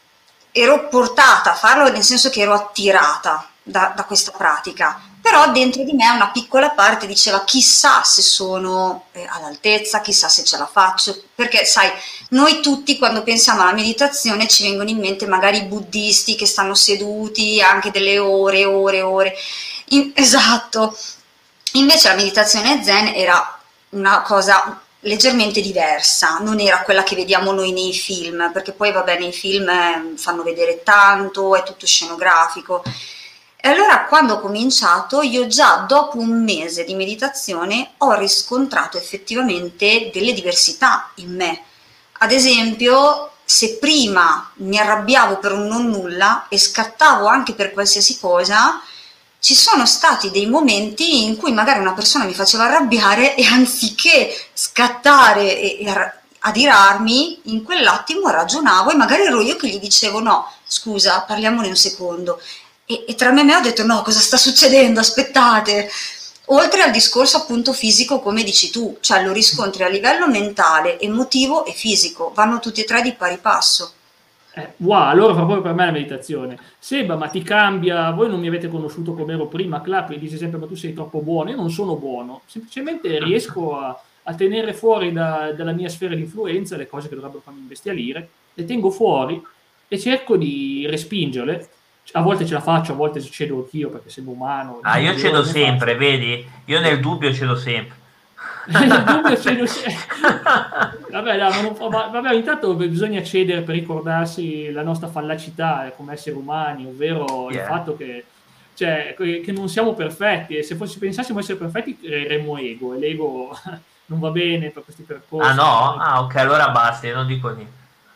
ero portata a farlo, nel senso che ero attirata da, da questa pratica, però dentro di me una piccola parte diceva chissà se sono eh, all'altezza, chissà se ce la faccio, perché sai, noi tutti quando pensiamo alla meditazione ci vengono in mente magari i buddisti che stanno seduti anche delle ore, ore, ore, in, esatto, invece la meditazione zen era una cosa leggermente diversa, non era quella che vediamo noi nei film, perché poi vabbè nei film eh, fanno vedere tanto, è tutto scenografico. E allora quando ho cominciato io già dopo un mese di meditazione ho riscontrato effettivamente delle diversità in me. Ad esempio, se prima mi arrabbiavo per un non nulla e scattavo anche per qualsiasi cosa, ci sono stati dei momenti in cui magari una persona mi faceva arrabbiare e anziché scattare e, e adirarmi, in quell'attimo ragionavo e magari ero io che gli dicevo no, scusa, parliamone un secondo. E, e tra me e me ho detto no, cosa sta succedendo, aspettate. Oltre al discorso appunto fisico, come dici tu, cioè lo riscontri a livello mentale, emotivo e fisico, vanno tutti e tre di pari passo. Eh, wow, allora fa proprio per me la meditazione. Seba, ma ti cambia, voi non mi avete conosciuto come ero prima, Clap, e dice sempre ma tu sei troppo buono, io non sono buono, semplicemente riesco a, a tenere fuori da, dalla mia sfera di influenza le cose che dovrebbero farmi imbestialire, le tengo fuori e cerco di respingerle. A volte ce la faccio, a volte cedo anch'io perché essendo umano. Ah, io cedo sempre, faccio. Vedi? Io nel dubbio cedo sempre. Nel dubbio cedo sempre. Vabbè, no, non fa, vabbè, intanto bisogna cedere per ricordarsi la nostra fallacità come esseri umani, ovvero yeah. il fatto che, cioè, che non siamo perfetti e se fosse, pensassimo essere perfetti creeremmo ego e l'ego non va bene per questi percorsi. Ah no? Ah ok, allora basta, io non dico niente.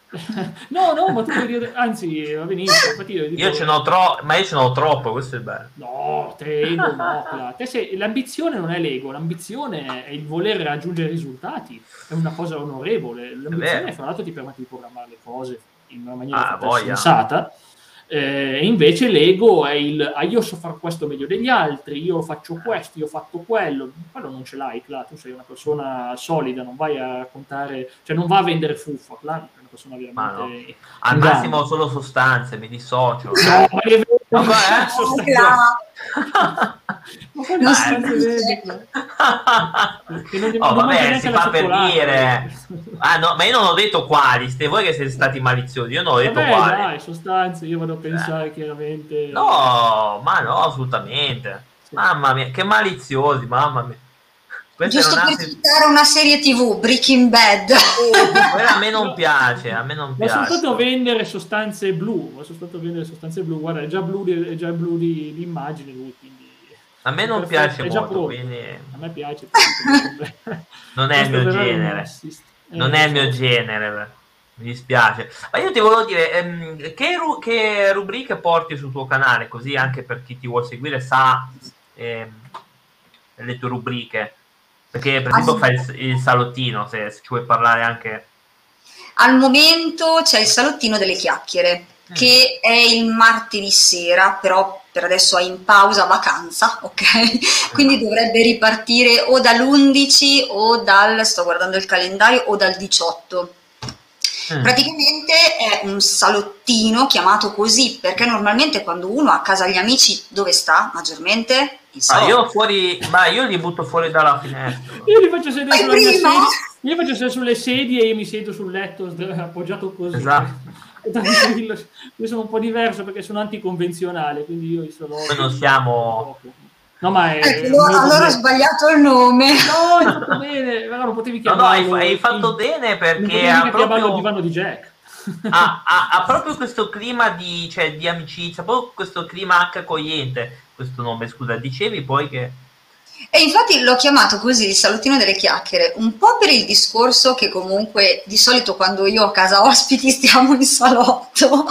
no, no, ma tu puoi dire, anzi, va benissimo. Infatti io, dico, io ce n'ho troppo, ma io ce n'ho troppo, questo è bello. No, te ego, no, te sei, l'ambizione non è l'ego, l'ambizione è il voler raggiungere risultati, è una cosa onorevole. L'ambizione, fra l'altro, ti permette di programmare le cose in una maniera ah, sensata. Eh, e invece l'ego è il ah, io so fare questo meglio degli altri, io faccio questo, io ho fatto quello, quello non ce l'hai, Cla, tu sei una persona solida, non vai a raccontare, cioè non va a vendere fuffa, Cla, è una persona veramente no. Al massimo solo sostanze, mi dissocio. No, ma è vero, Ma qua è Cioccolato. Ma quali Non sostanze si vedi? Che non, Oh, non mangia vabbè, neanche si la fa per cioccolata. dire. Ah, no, ma io non ho detto quali, siete voi che siete stati maliziosi, io non ho detto Vabbè, quali. dai, sostanze, io vado a pensare chiaramente. No, ma no, assolutamente. Sì. Mamma mia, che maliziosi, mamma mia. Queste Giusto non per ha- citare una serie tivù, Breaking Bad. Quella a me non No, piace, a me non ma sono piace. stato a vendere sostanze blu, ma sono stato a vendere sostanze blu, guarda, è già blu di, è già blu di, di immagine lui, quindi A me è non perfetto, piace è già molto, pronto. quindi A me piace tanto. non è il Questo mio però è un genere. assist. Eh, Non lo è il mio so. genere, mi dispiace. Ma io ti volevo dire, ehm, che, ru- che rubriche porti sul tuo canale, così anche per chi ti vuole seguire sa ehm, le tue rubriche. Perché per esempio fai il, il salottino, se, se ci vuoi parlare anche. Al momento c'è il salottino delle chiacchiere, Mm. che è il martedì sera, però per adesso è in pausa vacanza, ok? Quindi dovrebbe ripartire o dall'undici o dal, sto guardando il calendario, o dal diciotto. Mm. Praticamente è un salottino chiamato così perché normalmente quando uno ha a casa gli amici dove sta maggiormente? Il Ah, salotto. io fuori, ma io li butto fuori dalla finestra. Io li faccio sedere Fai sulla mia prima? sedia, io faccio sedere sulle sedie e io mi siedo sul letto sd- appoggiato così. Esatto. Tranquillo. Io sono un po' diverso perché sono anticonvenzionale, quindi io i salotti. Noi non siamo. No, ma è, Ecco, è un mio allora ho problema. sbagliato il nome. No, hai fatto bene, però non potevi No, no, hai, chiamarlo. hai fatto il- bene Non perché potevi ha mica chiamarlo proprio. divano di Jack. ha, ha- ha proprio questo clima di, cioè, di amicizia, proprio questo clima anche accogliente, questo nome, scusa, dicevi poi che. E infatti l'ho chiamato così il salottino delle chiacchiere, un po' per il discorso che comunque di solito quando io ho a casa ospiti stiamo in salotto,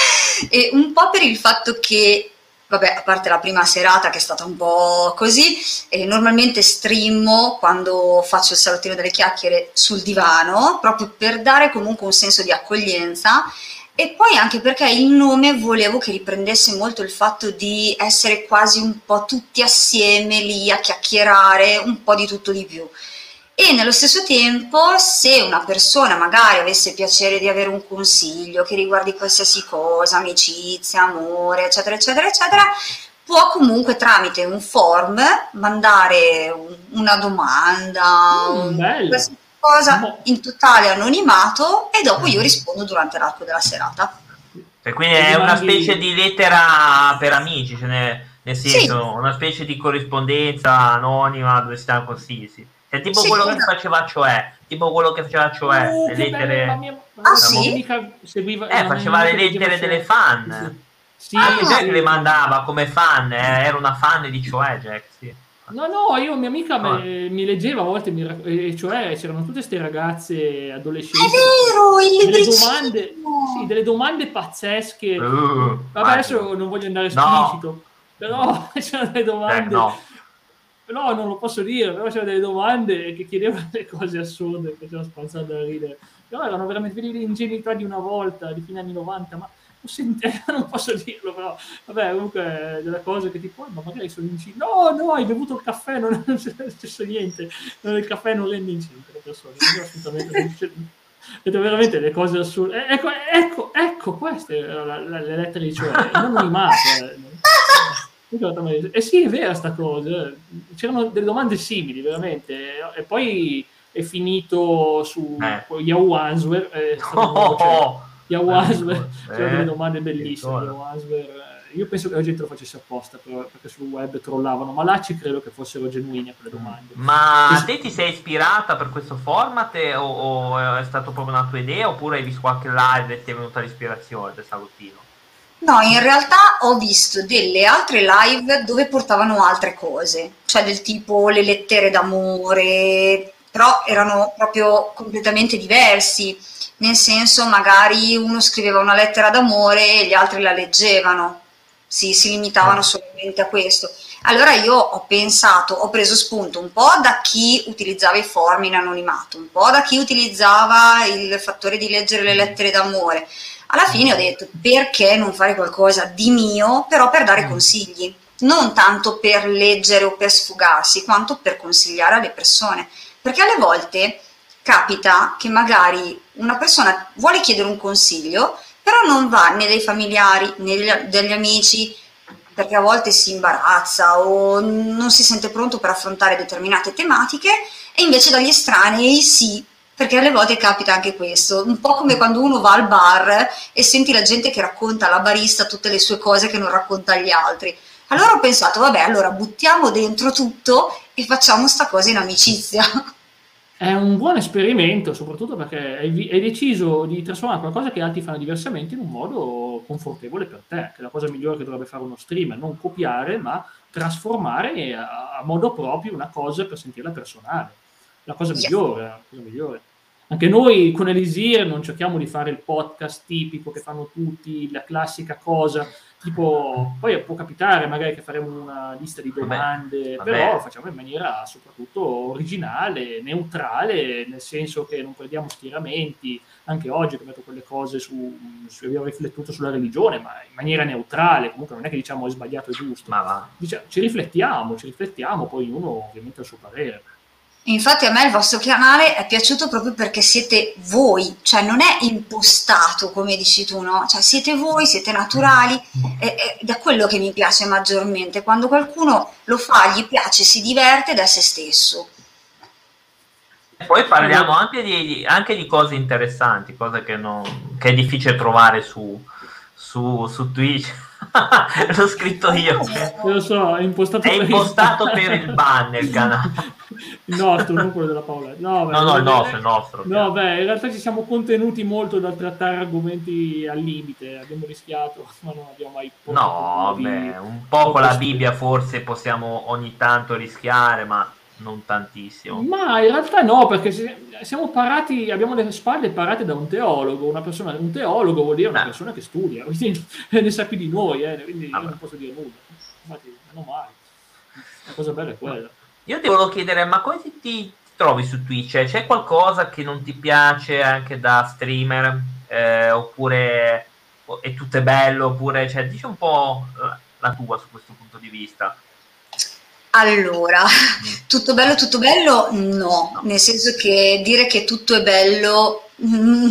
e un po' per il fatto che, vabbè, a parte la prima serata che è stata un po' così, e normalmente streamo quando faccio il salottino delle chiacchiere sul divano, proprio per dare comunque un senso di accoglienza. E poi anche perché il nome volevo che riprendesse molto il fatto di essere quasi un po' tutti assieme lì a chiacchierare, un po' di tutto di più. E nello stesso tempo, se una persona magari avesse piacere di avere un consiglio che riguardi qualsiasi cosa, amicizia, amore, eccetera, eccetera, eccetera, può comunque tramite un form mandare un- una domanda, Mm, un- bello. qualsiasi cosa Mo- in totale anonimato e dopo io Mm. rispondo durante l'arco della serata. Cioè, quindi E è gli una mandi- specie di lettera per amici, cioè ne- nel Sì. senso, una specie di corrispondenza anonima dove si danno consigli. Sì. È tipo Sì, quello che esatto. faceva cioè, tipo quello che faceva cioè, Uh, le che bello, lettere. la mia, la Ah, mia sì? amica seguiva, Eh, la mia faceva le amica leggeva lettere solo- delle fan. Sì, Anche sì, Jack sì. le mandava come fan, eh, era una fan di cioè Jack, sì. No, no, io, mia amica Ah. me- mi leggeva a volte, mi rac- e cioè c'erano tutte queste ragazze adolescenti. È vero, il delle libricino! domande, sì, delle domande pazzesche. Uh, Vabbè, adesso immagino. non voglio andare No. esplicito, però c'erano delle Jack, domande. no. No, non lo posso dire, però c'erano delle domande che chiedevano delle cose assurde che c'erano spazzate da ridere. Però erano veramente vedi l'ingenuità di una volta, di fine anni novanta, ma ho sentito, non posso dirlo, però vabbè, comunque delle cose che tipo, ma magari sono incinta. No, no, hai bevuto il caffè, non è successo niente. Il caffè non rende incinta le persone, non è assolutamente. Ed è veramente le cose assurde. Eh, Ecco, ecco, ecco, queste erano la- la- le lettere di cioè, in anonimato. Eh. Eh sì, è vera sta cosa. C'erano delle domande simili, veramente. E poi è finito su Eh. Yahoo Answer. È stato Oh, nuovo, cioè, oh. Yahoo Eh, Answer, c'erano eh, delle domande bellissime. ricordo. Yahoo Answer, eh, io penso che la gente lo facesse apposta però, perché sul web trollavano, ma là ci credo che fossero genuine quelle domande. Ma Sì, a sì. te ti sei ispirata per questo format eh, o, o è stato proprio una tua idea oppure hai visto qualche live e ti è venuta l'ispirazione del salottino? No, in realtà ho visto delle altre live dove portavano altre cose, cioè del tipo le lettere d'amore, però erano proprio completamente diversi, nel senso magari uno scriveva una lettera d'amore e gli altri la leggevano, si, si limitavano solamente a questo. Allora io ho pensato, ho preso spunto un po' da chi utilizzava i forum in anonimato, un po' da chi utilizzava il fattore di leggere le lettere d'amore. Alla fine ho detto perché non fare qualcosa di mio, però per dare consigli, non tanto per leggere o per sfogarsi, quanto per consigliare alle persone, perché alle volte capita che magari una persona vuole chiedere un consiglio, però non va né dai familiari né degli, degli amici perché a volte si imbarazza o non si sente pronto per affrontare determinate tematiche, e invece dagli estranei sì, perché alle volte capita anche questo, un po' come quando uno va al bar e senti la gente che racconta alla barista tutte le sue cose che non racconta agli altri. Allora ho pensato, vabbè, allora buttiamo dentro tutto e facciamo sta cosa in amicizia. È un buon esperimento, soprattutto perché hai, hai deciso di trasformare qualcosa che altri fanno diversamente in un modo confortevole per te, che è la cosa migliore che dovrebbe fare uno streamer, non copiare, ma trasformare a, a modo proprio una cosa per sentirla personale. La cosa migliore, la cosa migliore. Anche noi con Elisir non cerchiamo di fare il podcast tipico che fanno tutti, la classica cosa, tipo, poi può capitare magari che faremo una lista di domande, vabbè, però vabbè. lo facciamo in maniera soprattutto originale, neutrale, nel senso che non prendiamo schieramenti. Anche oggi che metto quelle cose su, su abbiamo riflettuto sulla religione, ma in maniera neutrale, comunque non è che diciamo è sbagliato o giusto. Ma va. Diciamo, ci riflettiamo, ci riflettiamo, poi ognuno ovviamente ha il suo parere. Infatti a me il vostro canale è piaciuto proprio perché siete voi, cioè non è impostato come dici tu, no? Cioè siete voi, siete naturali, ed è quello che mi piace maggiormente, quando qualcuno lo fa, gli piace, si diverte ed è se stesso. Poi parliamo anche di, anche di cose interessanti, cose che, non, che è difficile trovare su, su, su Twitch. L'ho scritto io. Lo so, è impostato, è per, impostato il... per il banner il canale. Il nostro, non quello della Paola. No, beh, no, no, il beh, nostro, il nostro. No, beh, in realtà ci siamo contenuti molto dal trattare argomenti al limite, abbiamo rischiato, ma non abbiamo mai No, beh, un po' con la Bibbia forse possiamo ogni tanto rischiare, ma non tantissimo. Ma in realtà no, perché siamo parati, abbiamo le spalle parate da un teologo, una persona, un teologo vuol dire una eh. persona che studia, quindi ne sa più di noi, eh, quindi io non posso dire nulla. Infatti, non mai. La cosa bella è quella. Io ti volevo chiedere, ma come ti, ti trovi su Twitch? C'è qualcosa che non ti piace anche da streamer? Eh, oppure è tutto è bello? Oppure, cioè, dici un po' la, la tua su questo punto di vista. Allora, tutto bello, tutto bello? No, no. Nel senso che dire che tutto è bello mm,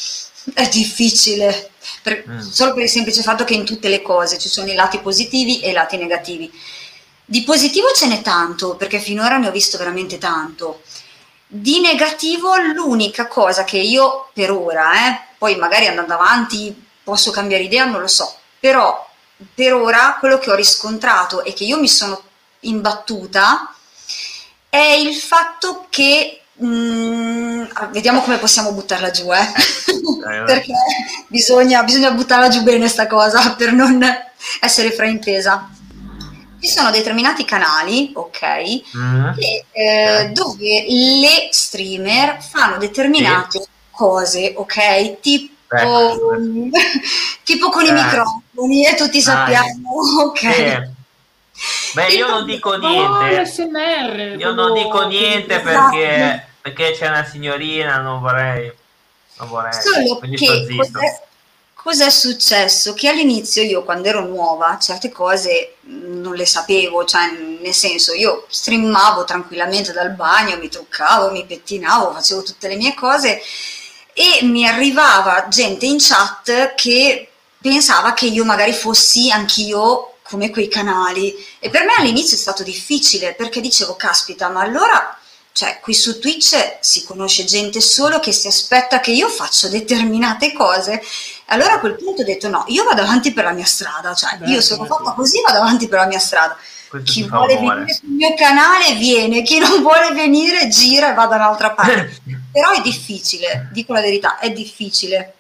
è difficile, per, mm. solo per il semplice fatto che in tutte le cose ci sono i lati positivi e i lati negativi. Di positivo ce n'è tanto, perché finora ne ho visto veramente tanto. Di negativo l'unica cosa che io per ora, eh, poi magari andando avanti posso cambiare idea, non lo so, però per ora quello che ho riscontrato e che io mi sono imbattuta è il fatto che mh, vediamo come possiamo buttarla giù, eh? Perché bisogna, bisogna buttarla giù bene sta cosa per non essere fraintesa. Ci sono determinati canali, ok, mm. che, eh, dove le streamer fanno determinate sì. cose, ok, tipo, eh. tipo con eh. i microfoni e tutti sappiamo, ah, ok. Sì. Beh, io non dico niente, oh, io non dico niente perché, perché c'è una signorina, non vorrei, non vorrei. Solo che cos'è, cos'è successo? Che all'inizio io quando ero nuova certe cose non le sapevo, cioè nel senso io streamavo tranquillamente dal bagno, mi truccavo, mi pettinavo, facevo tutte le mie cose e mi arrivava gente in chat che pensava che io magari fossi anch'io come quei canali, e per me all'inizio è stato difficile perché dicevo caspita, ma allora cioè qui su Twitch si conosce gente solo che si aspetta che io faccia determinate cose, allora a quel punto ho detto no, io vado avanti per la mia strada, cioè beh, io sono fatta così, vado avanti per la mia strada. Questo chi vuole venire sul mio canale viene, chi non vuole venire gira e va da un'altra parte. Però è difficile, dico la verità, è difficile.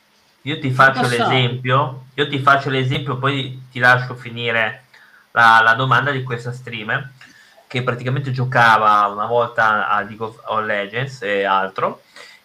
Io ti faccio l'esempio, io ti faccio l'esempio, poi ti lascio finire la, la domanda di questa streamer che praticamente giocava una volta a League of Legends e altro,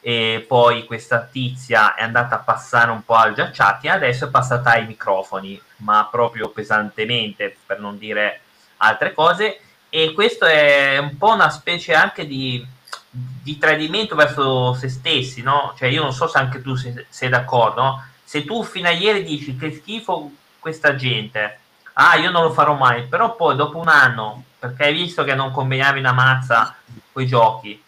e poi questa tizia è andata a passare un po' al giacciati e adesso è passata ai microfoni, ma proprio pesantemente, per non dire altre cose, e questo è un po' una specie anche di... di tradimento verso se stessi, no? Cioè io non so se anche tu sei, sei d'accordo, no? Se tu fino a ieri dici che schifo questa gente, ah io non lo farò mai, però poi dopo un anno, perché hai visto che non combinavi una mazza coi giochi,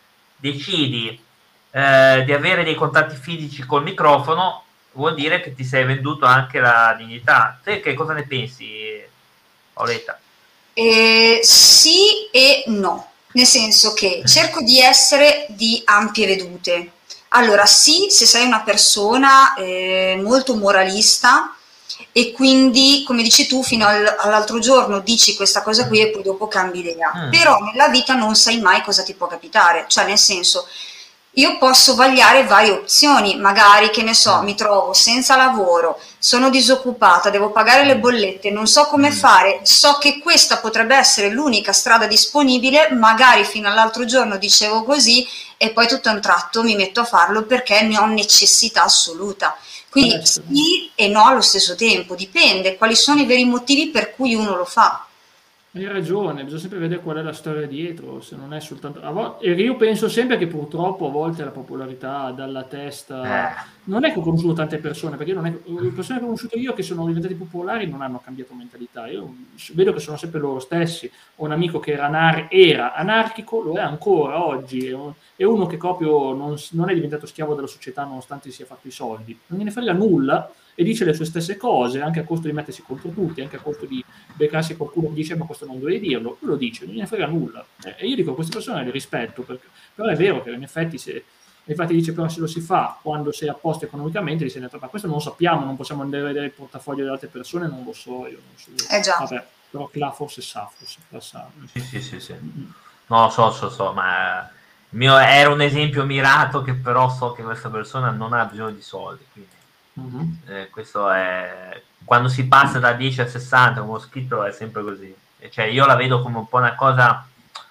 decidi eh, di avere dei contatti fisici col microfono, vuol dire che ti sei venduto anche la dignità. Te che cosa ne pensi? Paoletta? Eh, sì e no, nel senso che cerco di essere di ampie vedute. Allora, sì, se sei una persona eh, molto moralista e quindi, come dici tu, fino al- all'altro giorno dici questa cosa qui e poi dopo cambi idea. Mm. Però nella vita non sai mai cosa ti può capitare, cioè nel senso, io posso vagliare varie opzioni, magari, che ne so, mi trovo senza lavoro, sono disoccupata, devo pagare le bollette, non so come Mm. fare, so che questa potrebbe essere l'unica strada disponibile, magari fino all'altro giorno dicevo così e poi tutto a un tratto mi metto a farlo perché ne ho necessità assoluta. Quindi Adesso. sì e no allo stesso tempo, dipende quali sono i veri motivi per cui uno lo fa. Hai ragione, bisogna sempre vedere qual è la storia dietro, se non è soltanto... a vo- e io penso sempre che purtroppo a volte la popolarità dalla testa... Eh. Non è che ho conosciuto tante persone, perché io non è... le persone che ho conosciuto io che sono diventate popolari non hanno cambiato mentalità. Io vedo che sono sempre loro stessi. Ho un amico che era, anar- era anarchico, lo è ancora oggi, è un- è uno che proprio non, s- non è diventato schiavo della società nonostante si sia fatto i soldi. Non gliene frega nulla e dice le sue stesse cose, anche a costo di mettersi contro tutti, anche a costo di beccarsi qualcuno che dice ma questo non dovevi dirlo, lui lo dice, non gliene frega nulla. Eh, E io dico, queste persone le rispetto, perché, però è vero che in effetti se... Infatti dice però se lo si fa quando sei a posto economicamente, dice, ma questo non lo sappiamo, non possiamo andare a vedere il portafoglio delle altre persone, non lo so io. Non so. Eh già. Vabbè, però là forse sa, forse la sa. Sì, sì, sì, sì. Mm. No, so, so, so, ma il mio era un esempio mirato che però so che questa persona non ha bisogno di soldi, quindi Mhm. eh, questo è... Quando si passa da dieci a sessanta, come ho scritto, è sempre così. E cioè io la vedo come un po' una cosa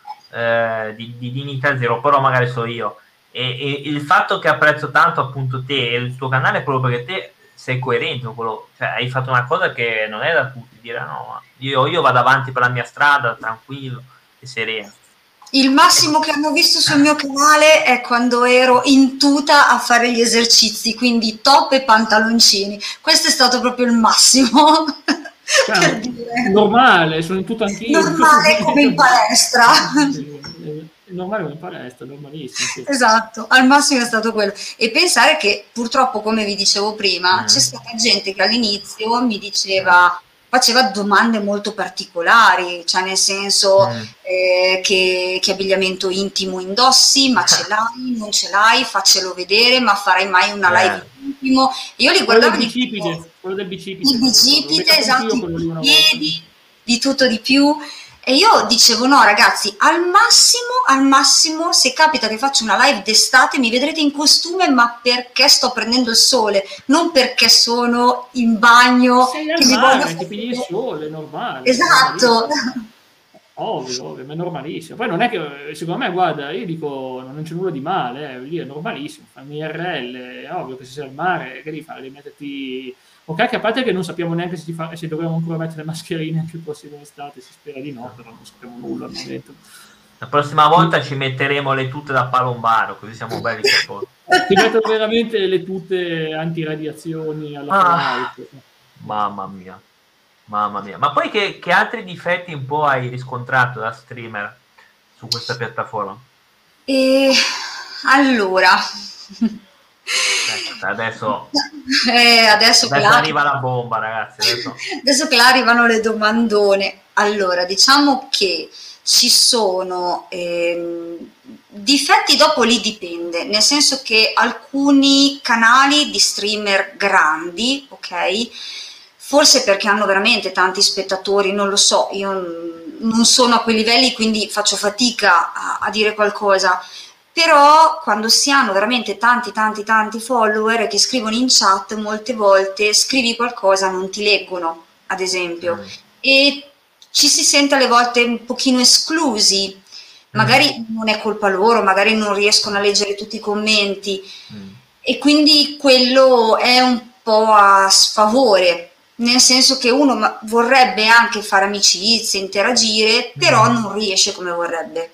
eh, di, di dignità zero, però magari so io. E, e il fatto che apprezzo tanto appunto te e il tuo canale è proprio perché te sei coerente con quello, cioè hai fatto una cosa che non è da tutti, dire no, ma io, io vado avanti per la mia strada tranquillo e sereno. Il massimo che hanno visto sul mio canale è quando ero in tuta a fare gli esercizi, quindi top e pantaloncini. Questo è stato proprio il massimo. Cioè, Per dire. normale, sono in tutto anch'io. Normale come in palestra. È normale come in palestra, normalissimo. Sì. Esatto, al massimo è stato quello. E pensare che purtroppo, come vi dicevo prima, Mm. c'è stata gente che all'inizio mi diceva, faceva domande molto particolari, cioè nel senso Mm. eh, che, che abbigliamento intimo indossi, ma ce l'hai, non ce l'hai, faccelo vedere, ma farai mai una Eh. live intimo? E io li Quello guardavo del e dicevo, bicipite, quello del bicipite. il quello- bicipite, l'ho beccato esatto, anch'io i quello lì una piedi, di tutto di più. E io dicevo no ragazzi, al massimo, al massimo, se capita che faccio una live d'estate mi vedrete in costume, ma perché sto prendendo il sole, non perché sono in bagno. Sei che al mi mare, voglio ti pigli il fare- sole, è normale. Esatto. normalissimo. Ovvio, ovvio, ma è normalissimo. Poi non è che, secondo me, guarda, io dico, non c'è nulla di male, eh, lì è normalissimo, fai I R L, è ovvio che se sei al mare, che devi fare? Devi metterti... Ok, che a parte che non sappiamo neanche se, ti fa... se dovremo ancora mettere le mascherine anche il prossimo estate, si spera di no, però non sappiamo nulla al momento. La prossima volta ci metteremo le tute da palombaro, così siamo belli che poi. Ti mettono veramente le tute antiradiazioni alla Ah. Fallout. Mamma mia, mamma mia. Ma poi che, che altri difetti un po' hai riscontrato da streamer su questa piattaforma? E allora, Ecco, adesso, eh, adesso, che adesso là- arriva la bomba, ragazzi. Adesso... adesso che là arrivano le domandone. Allora, diciamo che ci sono ehm, difetti, dopo lì dipende, nel senso che alcuni canali di streamer grandi, ok, forse perché hanno veramente tanti spettatori, non lo so, io mm, non sono a quei livelli, quindi faccio fatica a, a dire qualcosa, però quando si hanno veramente tanti tanti tanti follower che scrivono in chat, molte volte scrivi qualcosa, non ti leggono, ad esempio, Mm. e ci si sente alle volte un pochino esclusi, magari non è colpa loro, magari non riescono a leggere tutti i commenti, Mm. e quindi quello è un po' a sfavore, nel senso che uno ma- vorrebbe anche fare amicizie, interagire, però Mm. non riesce come vorrebbe.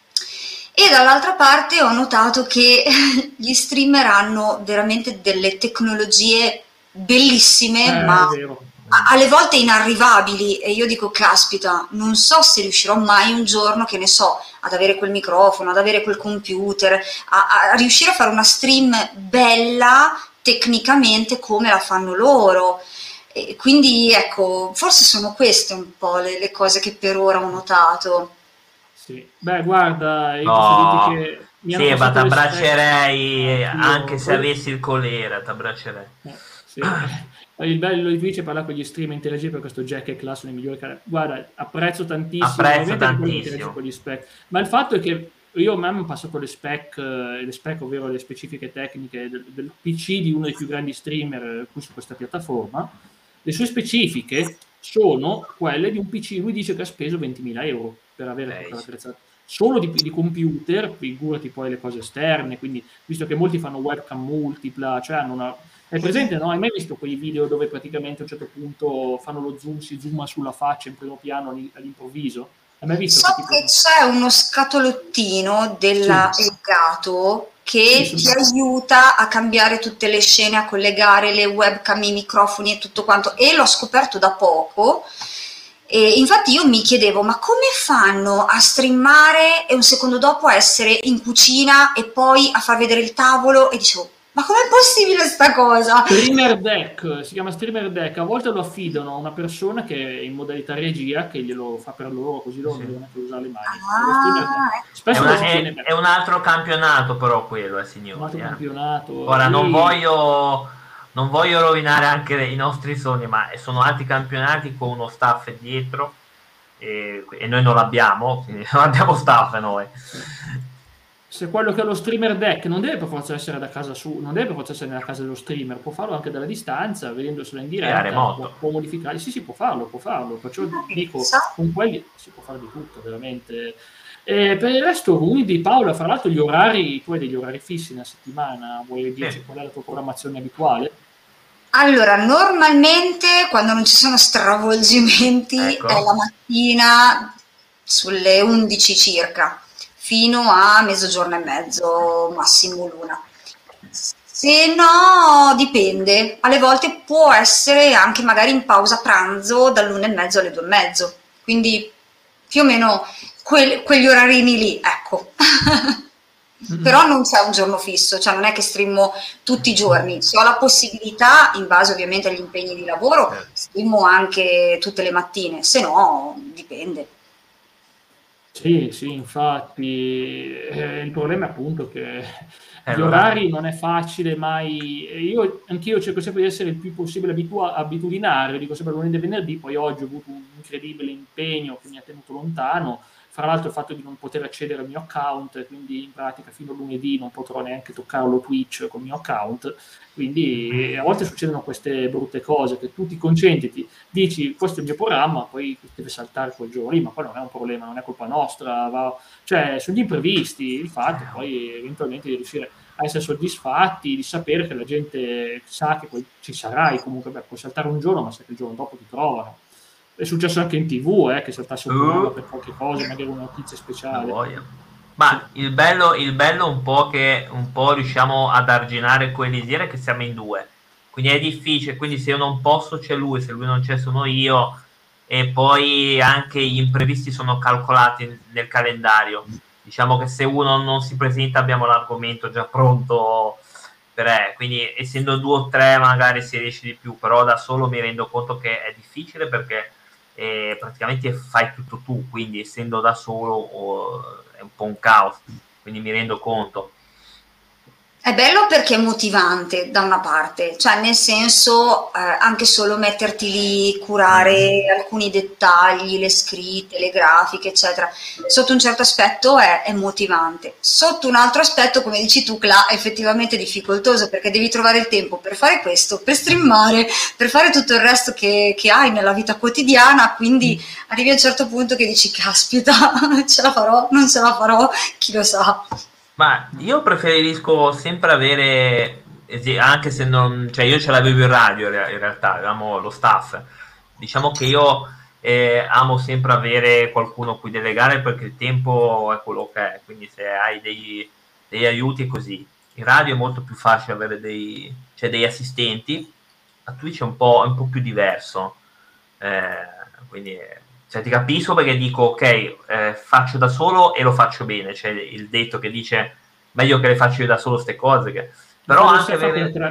E dall'altra parte ho notato che gli streamer hanno veramente delle tecnologie bellissime, Eh, ma è vero. a- alle volte inarrivabili, e io dico caspita, non so se riuscirò mai un giorno, che ne so, ad avere quel microfono, ad avere quel computer, a, a riuscire a fare una stream bella tecnicamente come la fanno loro. E quindi ecco, forse sono queste un po' le, le cose che per ora ho notato. Sì. Beh, guarda, io No, posso dirti che mi hanno sì, ma passato le spec. t'abbraccerei anche Anch'io. se avessi il colera, t'abbraccerei. Eh, sì. Il bello di Twitch è parlare con gli stream e interagire, per questo Jack e Class sono i migliori canali. Guarda, apprezzo tantissimo, Apprezzo ovviamente anche quello che tantissimo. interagisce con gli spec, ma il fatto è che io a me mi passato le spec, eh, le spec, ovvero le specifiche tecniche del, del P C di uno dei più grandi streamer qui su questa piattaforma. Le sue specifiche sono quelle di un P C, lui dice che ha speso ventimila euro per avere Ok. tutta l'attrezzata. Solo di, di computer, figurati poi le cose esterne, quindi visto che molti fanno webcam multipla, cioè hanno una... È presente, no? Hai mai visto quei video dove praticamente a un certo punto fanno lo zoom, si zooma sulla faccia in primo piano all'improvviso? Hai mai visto? So che tipo che di... c'è uno scatolottino della Sì. Elgato che Sì, ti sì. aiuta a cambiare tutte le scene, a collegare le webcam, i microfoni e tutto quanto, e l'ho scoperto da poco. E infatti io mi chiedevo, ma come fanno a streamare e un secondo dopo a essere in cucina e poi a far vedere il tavolo? E dicevo, ma com'è possibile sta cosa? Streamer Deck, si chiama Streamer Deck, a volte lo affidano a una persona che è in modalità regia, che glielo fa per loro, così loro Sì. non devono neanche usare le mani. Ah, È, Spesso lo una- si è- tiene è un altro campionato però quello, eh, un signori. altro eh. campionato. Ora non Lì- voglio, non voglio rovinare anche i nostri sogni, ma sono altri campionati con uno staff dietro e, e noi non l'abbiamo, quindi non abbiamo staff noi. Se quello che è lo Streamer Deck non deve per forza essere da casa su, non deve per forza essere nella casa dello streamer, può farlo anche dalla distanza, vedendoselo in a diretta, remoto. può, può modificare. Sì, sì, può farlo, può farlo. Perciò dico, pensa. con quelli si può fare di tutto, veramente. E per il resto, quindi Paola, fra l'altro gli orari, tu hai degli orari fissi nella settimana, vuoi dirci Sì. qual è la tua programmazione abituale? Allora, normalmente quando non ci sono stravolgimenti Ecco. è la mattina sulle undici circa, fino a mezzogiorno e mezzo, massimo l'una. Se no, dipende. Alle volte può essere anche magari in pausa pranzo dall'una e mezzo alle due e mezzo. Quindi più o meno que- quegli orarini lì, ecco. Però non c'è un giorno fisso, cioè non è che streamo tutti i giorni. Se ho la possibilità, in base ovviamente agli impegni di lavoro, Certo. streamo anche tutte le mattine, se no dipende. Sì, sì, infatti, eh, il problema è appunto che Eh, gli orari non è facile mai. e Io, anch'io cerco sempre di essere il più possibile abitua- abitudinario, dico sempre lunedì e venerdì, poi oggi ho avuto un incredibile impegno che mi ha tenuto lontano. Fra l'altro il fatto di non poter accedere al mio account, quindi in pratica fino a lunedì non potrò neanche toccarlo Twitch col mio account, quindi a volte succedono queste brutte cose che tu ti concentri, ti dici questo è il mio programma, poi deve saltare quel giorno lì, ma poi non è un problema, non è colpa nostra, va... cioè sono gli imprevisti, il fatto è poi eventualmente di riuscire a essere soddisfatti, di sapere che la gente sa che poi ci sarai, comunque beh, puoi saltare un giorno, ma sai che il giorno dopo ti trovano. È successo anche in tv, eh, che saltasse un Uh. programma per qualche cosa, magari una notizia La speciale. voglia. Ma il bello, il bello un po' che un po' riusciamo ad arginare quell'idea è che siamo in due, quindi è difficile, quindi se io non posso c'è lui, se lui non c'è sono io, e poi anche gli imprevisti sono calcolati nel calendario. Diciamo che se uno non si presenta abbiamo l'argomento già pronto per eh, quindi essendo due o tre magari si riesce di più, però da solo mi rendo conto che è difficile perché e praticamente fai tutto tu, quindi essendo da solo oh, è un po' un caos, quindi mi rendo conto. È bello perché è motivante da una parte, cioè nel senso eh, anche solo metterti lì, curare mm. alcuni dettagli, le scritte, le grafiche, eccetera, sotto un certo aspetto è, è motivante. Sotto un altro aspetto, come dici tu, Cla, è effettivamente difficoltoso perché devi trovare il tempo per fare questo, per streamare, per fare tutto il resto che, che hai nella vita quotidiana, quindi arrivi a un certo punto che dici, caspita, ce la farò, non ce la farò, chi lo sa. Ma io preferisco sempre avere, anche se non, cioè io ce l'avevo in radio in realtà, avevamo lo staff, diciamo che io eh, amo sempre avere qualcuno a cui delegare perché il tempo è quello che è, quindi se hai dei, degli aiuti è così. In radio è molto più facile avere dei, cioè degli assistenti, a Twitch è un po', è un po' più diverso, eh, quindi... Cioè, ti capisco perché dico ok, eh, faccio da solo e lo faccio bene, c'è cioè, il detto che dice meglio che le faccio io da solo ste cose che... però anche avere... Tre...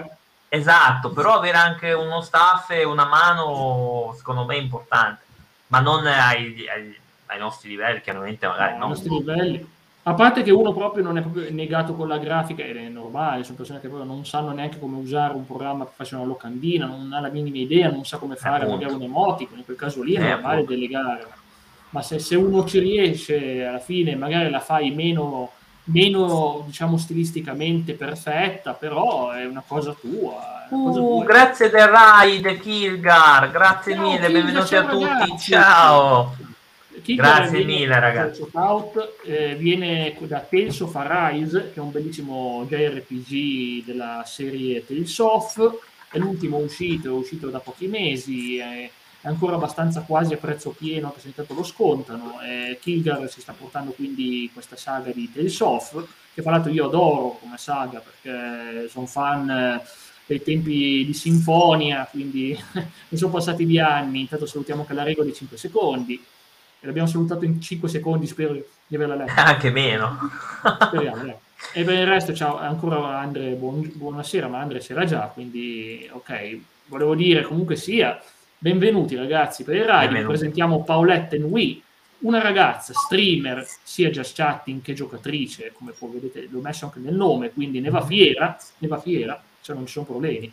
Esatto, però avere anche uno staff e una mano secondo me è importante, ma non ai, ai, ai nostri livelli, chiaramente magari no, non. ai nostri livelli. A parte che uno proprio non è proprio negato con la grafica, ed è normale, sono persone che proprio non sanno neanche come usare un programma per farsi una locandina, non ha la minima idea, non sa come fare Appunto. magari un emoticon, in quel caso lì è Eh, normale appunto. delegare. Ma se, se uno ci riesce, alla fine magari la fai meno, meno diciamo stilisticamente perfetta, però è una cosa tua. È una cosa Uh, tua. grazie del Raid, Kilgar, grazie Ciao mille, Kilgar, benvenuti a ciao tutti, ragazzi. ciao! Kilgar Grazie viene mille ragazzi. out, eh, viene da Tales of Arise, che è un bellissimo J R P G della serie Tales of, è l'ultimo uscito, è uscito da pochi mesi, è, è ancora abbastanza quasi a prezzo pieno, che se intanto lo scontano. Eh, Kilgar si sta portando quindi questa saga di Tales of, che fra l'altro io adoro come saga, perché sono fan eh, dei tempi di Sinfonia, quindi ne sono passati di anni. Intanto salutiamo Calarigo di cinque secondi, e l'abbiamo salutato in cinque secondi, spero di averla letta. Anche meno. Speriamo, dai. E per il resto, ciao, ancora Andre, buon, buonasera, ma Andre c'era già, quindi ok, volevo dire comunque sia, benvenuti ragazzi per il raid, vi presentiamo Paolette Nui, una ragazza streamer, sia just chatting che giocatrice, come poi vedete l'ho messo anche nel nome, quindi ne va fiera, ne va fiera, cioè non ci sono problemi,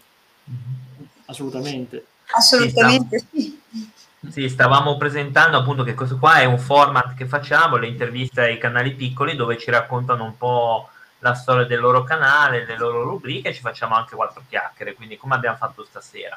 assolutamente. Assolutamente sì. Sì, stavamo presentando appunto che questo qua è un format che facciamo, le interviste ai canali piccoli dove ci raccontano un po' la storia del loro canale, le loro rubriche, e ci facciamo anche quattro chiacchiere, quindi come abbiamo fatto stasera.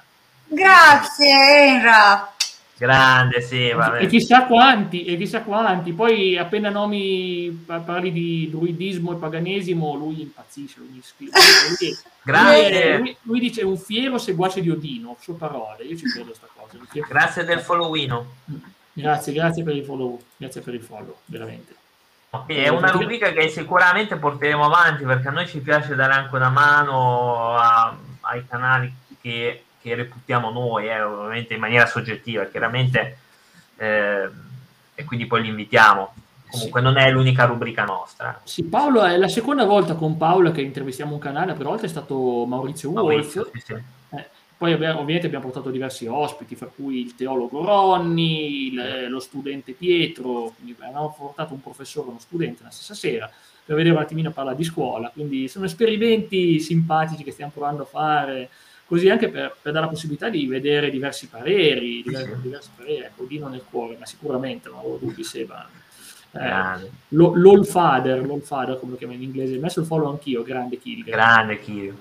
Grazie Enra. Grande, sì, vabbè. E chissà quanti, e chissà quanti. Poi appena nomi, parli di druidismo e paganesimo, lui impazzisce, lui, lui, lui, Grazie. lui, lui dice un fiero seguace di Odino, sue parole, io ci credo a sta cosa. Grazie del followino. Grazie, grazie per il follow, grazie per il follow, veramente. Sì, è una rubrica che sicuramente porteremo avanti, perché a noi ci piace dare anche una mano a, ai canali che, che reputiamo noi, eh, ovviamente in maniera soggettiva, chiaramente, eh, e quindi poi li invitiamo. Comunque sì. Non è l'unica rubrica nostra. Sì, Paolo, è la seconda volta con Paolo che intervistiamo un canale, per volta è stato Maurizio Wolf. Maurizio, sì, sì. Eh, poi abbiamo, ovviamente abbiamo portato diversi ospiti, fra cui il teologo Ronny, il, lo studente Pietro, quindi abbiamo portato un professore e uno studente la stessa sera per vedere un attimino parlare di scuola, quindi sono esperimenti simpatici che stiamo provando a fare, così anche per, per dare la possibilità di vedere diversi pareri, diversi, sì. diversi pareri, ecco, Dino nel cuore, ma sicuramente non avevo dubbi, Seba. Eh, l'all father, l'all father come lo chiamo in inglese, ho messo il follow anch'io, grande Kilgar. Grande Kilgar.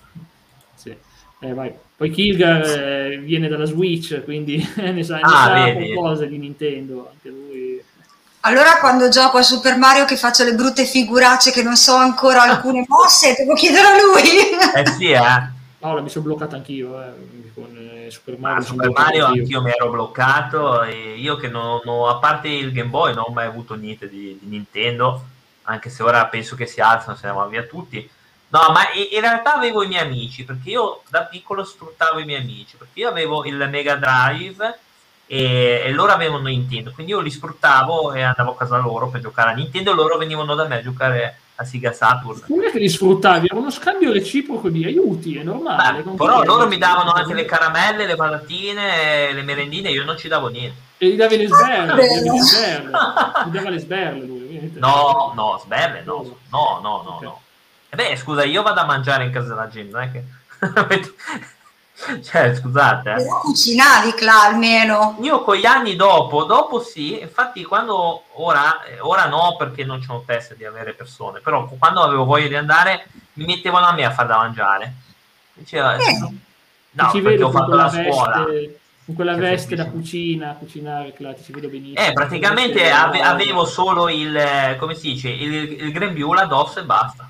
Sì. Eh, vai. Poi Kilgar eh, viene dalla Switch, quindi ne sa, ah, ne sa vedi. qualcosa di Nintendo, anche lui. Allora quando gioco a Super Mario che faccio le brutte figuracce che non so ancora alcune mosse, devo chiedere a lui. Eh sì, eh. Paola, mi sono bloccato anch'io eh, con eh, Super Mario. Ah, Super Mario anch'io. anch'io mi ero bloccato, e io che non ho, a parte il Game Boy, non ho mai avuto niente di, di Nintendo, anche se ora penso che si alzano, se ne vanno via tutti. No, ma in realtà avevo i miei amici, perché io da piccolo sfruttavo i miei amici, perché io avevo il Mega Drive e, e loro avevano Nintendo, quindi io li sfruttavo e andavo a casa loro per giocare a Nintendo, e loro venivano da me a giocare a Sega Saturn. Non è che li sfruttavi, era uno scambio reciproco di aiuti, è normale. Beh, però loro mi davano anche le caramelle, le patatine, le merendine, io non ci davo niente. E gli davi le sberle, gli davi le sberle. Gli dava le sberle lui. No, no, sberle no, no, no, no, okay. no. E beh, scusa, io vado a mangiare in casa della gente, non è che... cioè, scusate. Eh. Però cucinavi, Cla, almeno. Io con gli anni dopo, dopo sì, infatti quando, ora, ora no perché non c'ho testa di avere persone, però quando avevo voglia di andare mi mettevano a me a far da mangiare. Diceva, eh. no, ci perché ho fatto la scuola. Veste, con quella veste da cucina, a cucinare, Cla, ti ci vedo benissimo. Eh, praticamente ave, avevo solo il, come si dice, il, il grembiule addosso e basta.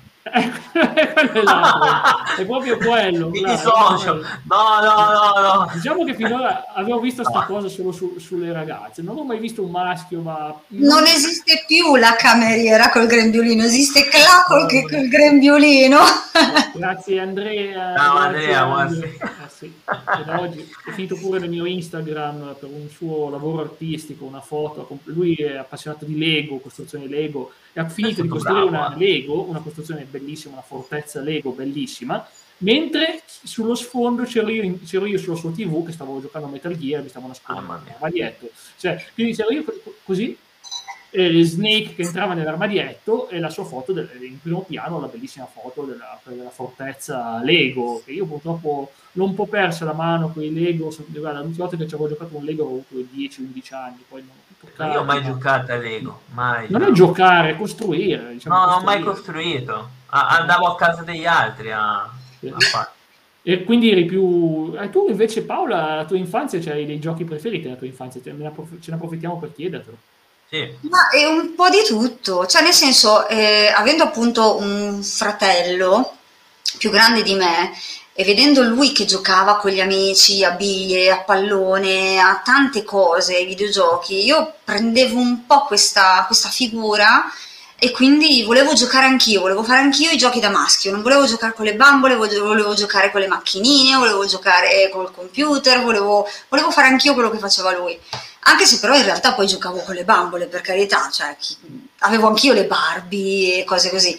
È proprio quello. Mi dissocio. No, no, no, no. Diciamo che finora avevo visto sta cosa solo su, sulle ragazze, non ho mai visto un maschio, ma non esiste più la cameriera col grembiulino, esiste Cla col, col grembiulino. Grazie Andrea. Ciao grazie Andrea, Andrea. Eh, sì. E da oggi è finito pure nel mio Instagram per un suo lavoro artistico, una foto. Lui è appassionato di Lego, costruzione Lego, e ha finito di costruire bravo. una Lego, una costruzione bellissima, una fortezza Lego bellissima, mentre sullo sfondo c'ero io, c'ero io sulla sua tivù che stavo giocando a Metal Gear, mi stavo nascondendo Ah, nell'armadietto, cioè, quindi c'ero io così, e Snake che entrava nell'armadietto e la sua foto del, in primo piano, la bellissima foto della, della fortezza Lego, che io purtroppo l'ho un po' persa la mano con i Lego. Guarda, l'ultima volta che ci avevo giocato un Lego avevo avuto dieci undici anni, poi non ho toccato, io ho mai ma... giocato a Lego, mai. Non è giocare, è costruire, diciamo, No, non ho costruire. mai costruito. Ah, andavo a casa degli altri a, a fare. E quindi eri più... Eh, tu invece, Paola, la tua infanzia, c'hai dei giochi preferiti nella tua infanzia? Ce ne approf- ce ne approfittiamo per chiedertelo. Sì. Ma è un po' di tutto, cioè nel senso, eh, avendo appunto un fratello più grande di me e vedendo lui che giocava con gli amici a biglie, a pallone, a tante cose, ai videogiochi, io prendevo un po' questa, questa figura e quindi volevo giocare anch'io, volevo fare anch'io i giochi da maschio, non volevo giocare con le bambole, volevo, volevo giocare con le macchinine, volevo giocare col computer, volevo, volevo fare anch'io quello che faceva lui. Anche se però in realtà poi giocavo con le bambole, per carità, cioè chi, avevo anch'io le Barbie e cose così.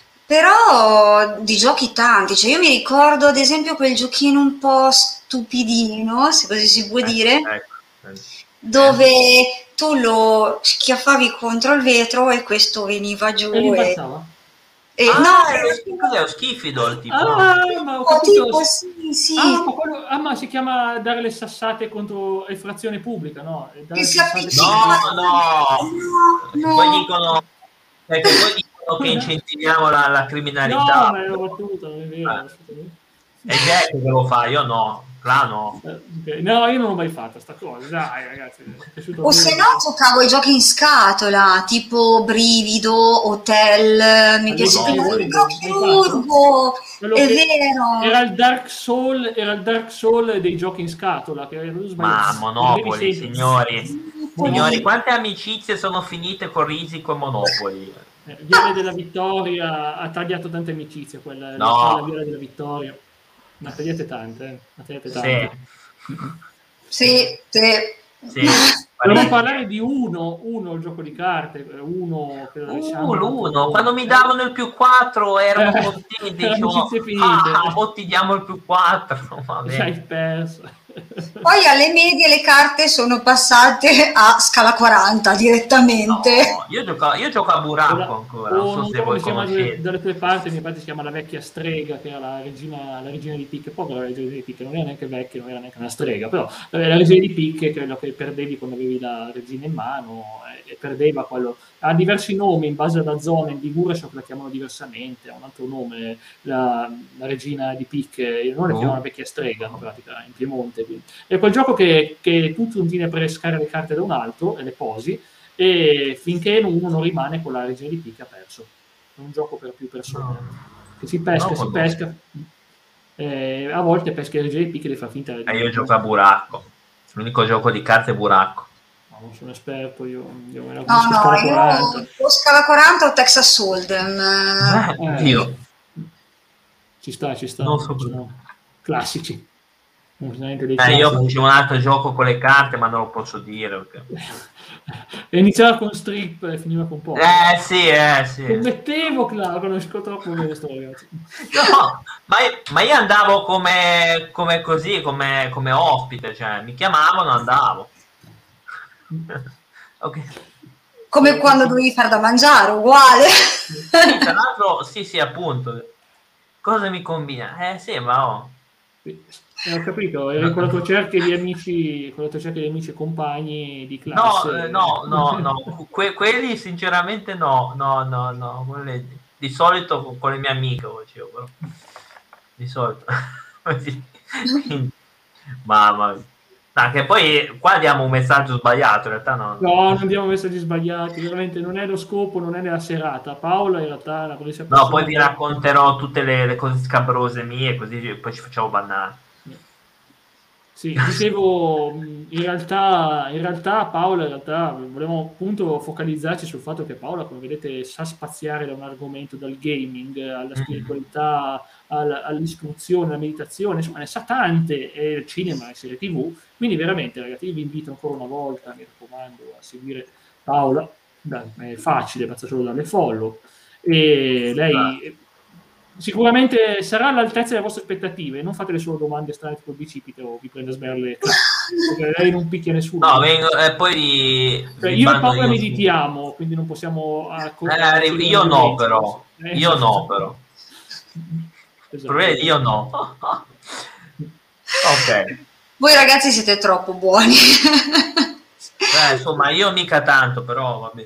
Però di giochi tanti, cioè io mi ricordo ad esempio quel giochino un po' stupidino, se così si può dire, Ecco. dove tu lo schiaffavi contro il vetro e questo veniva giù E e... rimbalzava? e Ah, no, è lo, cos'è lo Schifidol, tipo? Ah, ma ho capito. tipo, sì, sì. Ah, ma, quello, ah, ma si chiama dare le sassate contro effrazione pubblica, no? Dare Che le si sassate appiccica. No, contro- no. No, no. Poi dicono, perché poi dicono che incentiviamo la, la No, criminalità. ma era battuta, non è vero. Eh. assolutamente. È Jack che lo fa, io no. Là no. Eh, ok. No, io non l'ho mai fatta sta cosa, dai ragazzi. mi è piaciuto O se molto. no giocavo ai giochi in scatola, tipo Brivido, Hotel, mi piaceva il Chirurgo, chirurgo, Quello è che vero. Era il Dark Soul, era il Dark Soul dei giochi in scatola, che avevo Ma sbagliato. Monopoli, Avevi sempre- signori. Monopoli. Signori, quante amicizie sono finite con Risico e Monopoli? Eh, Viale della Vittoria ha tagliato tante amicizie, quella No. la Viale della Vittoria. Ne ha tagliate tante, eh. Ne ha tagliate Sì. tante. Sì, sì. Sì. Dobbiamo parlare di uno, uno il gioco di carte, uno che Uh, l'uno, quando mi davano il più quattro ero Eh, contento, erano dicevo, amicizie finite. ah, ah, mo ti diamo il più quattro, vabbè. Hai perso. Poi alle medie le carte sono passate a scala quaranta direttamente. No, io gioco, io gioco a buracco ancora, non O so non se so voi come si chiama conoscete. dalle tue parti, mia parte si chiama la vecchia strega, che era la regina, la regina di picche, poco la regina di picche, non era neanche vecchia, non era neanche una strega, però eh, la regina di picche è quello che perdevi quando avevi la regina in mano eh, e perdeva quello. Ha diversi nomi in base alla zona, in Liguria so che la chiamano diversamente, ha un altro nome, la, la regina di picche, non la chiamano la vecchia strega in pratica, in Piemonte. Quindi. È quel gioco che, che tu continui a pescare le carte da un alto e le posi, e finché uno non rimane con la regina di picche ha perso. È un gioco per più persone, No. che si pesca, No, si no. pesca, eh, a volte pesca la regina di picche e le fa finta di... E io gioco a buracco, l'unico gioco di carte è buracco. No, non sono esperto, io, io me la No, conosco no, scala io quaranta. o scala quaranta o Texas Hold'em. Eh, Dio. Ci sta, ci sta, Non so sono classici. Non sono niente dei Eh, io classici. facevo un altro gioco con le carte, ma non lo posso dire. Perché... E iniziava con strip e finiva con poco. Eh sì, eh sì. Commettevo, Cla, conosco troppo bene questo ragazzo. No, ma, ma io andavo come, come così, come, come ospite, cioè mi chiamavano, andavo. Ok. Come quando dovevi far da mangiare, uguale. Sì, tra l'altro, sì, sì, appunto. Cosa mi combina? Eh sì, ma oh. Eh, ho capito, eri con la tua cerchia di amici, con la tua cerchia di amici e compagni di No, classe. eh, no, no, no. Que- quelli sinceramente no, no, no, no. Quelli, di solito con, con le mie amiche lo facevo, però. Di solito. Quindi, mamma mia. No, che poi qua diamo un messaggio sbagliato, in realtà no. No, non diamo messaggi sbagliati, veramente non è lo scopo, non è nella serata. Paola in realtà è una bellissima No, persona. poi vi racconterò tutte le, le cose scabrose mie, così poi ci facciamo bannare. Sì, dicevo, in realtà, in realtà Paola, in realtà volevamo appunto focalizzarci sul fatto che Paola, come vedete, sa spaziare da un argomento, dal gaming alla spiritualità, al- all'istruzione, alla meditazione, insomma ne sa tante, e il cinema, e serie tv, quindi veramente ragazzi io vi invito ancora una volta, mi raccomando, a seguire Paola, dai, è facile, basta solo darle follow, e lei Sicuramente sarà all'altezza delle vostre aspettative, non fate le sole domande strane tipo bicipite o vi prende a sberle, perché lei non picchia nessuno. No, vengo, e poi cioè, io e Paola meditiamo, quindi non possiamo... Eh, io no però, eh, io no però. Esatto. Io no. Ok. Voi ragazzi siete troppo buoni. Eh, insomma, io mica tanto, però vabbè.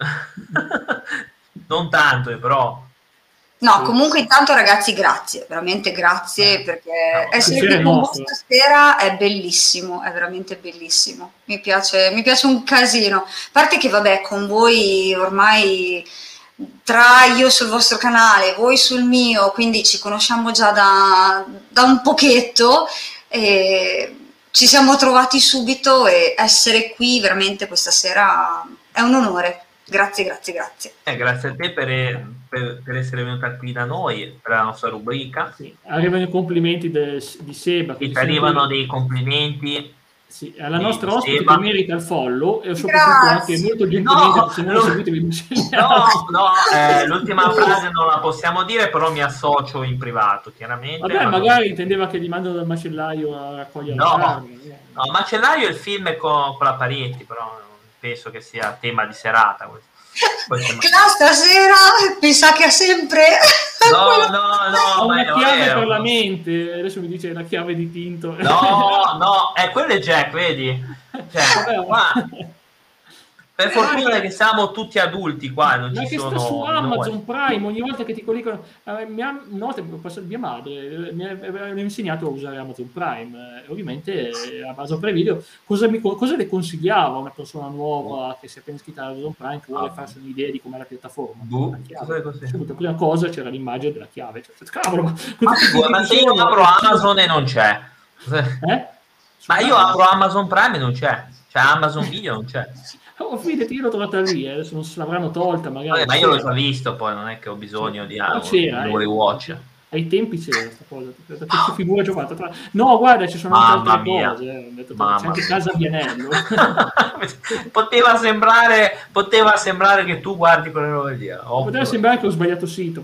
Non tanto, però. No, comunque intanto ragazzi grazie, veramente grazie, perché no, essere qui con voi stasera è bellissimo, è veramente bellissimo, mi piace, mi piace un casino, a parte che vabbè con voi ormai tra io sul vostro canale, voi sul mio, quindi ci conosciamo già da, da un pochetto e ci siamo trovati subito e essere qui veramente questa sera è un onore. Grazie, grazie, grazie. Eh, grazie a te per, per, per essere venuta qui da noi, per la nostra rubrica. Sì, arrivano i complimenti de, di Seba. Ti arrivano dei complimenti. Sì, alla nostra ospite che merita il follow e soprattutto anche molto gentilmente, no, se non lo seguite vi no, no, eh, l'ultima frase non la possiamo dire, però mi associo in privato, chiaramente. Vabbè, magari intendeva che gli mandano dal macellaio a raccogliere no, la carne. No, macellaio è il film con, con la Parietti, però penso che sia tema di serata questo. Cla stasera pensa che ha sempre no no no ho una chiave per la mente, adesso mi dice la chiave di tinto. No no è quello è Jack, vedi, cioè, qua, per fortuna che siamo tutti adulti qua, non ma ci che sono sta su Amazon noi. Prime ogni volta che ti collegano, eh, mia, una volta mia madre mi ha insegnato a usare Amazon Prime, eh, ovviamente eh, Amazon Prime Video cosa, mi, cosa le consigliava una persona nuova che si è appena iscritta a Amazon Prime, che vuole ah. farsi un'idea di com'è la piattaforma? Buh, la, la prima cosa c'era l'immagine della chiave, cioè, cavolo, ma, ma, ma se io apro Amazon e non c'è, eh? ma io apro Amazon Prime e non c'è, cioè Amazon Video non c'è. Oh, fidati, io l'ho trovata lì, eh. Adesso non se l'avranno tolta magari. Vabbè, ma io l'ho già visto, poi non è che ho bisogno di ah, c'era, un rewatch. Ai tempi c'era questa cosa, da che figura ci ho fatto. Tra... No, guarda, ci sono anche altre mia. cose. Eh. Detto, c'è anche Casa Bianello. poteva sembrare poteva sembrare che tu guardi quelle robe lì. Ovvio. Poteva sembrare che ho sbagliato sito.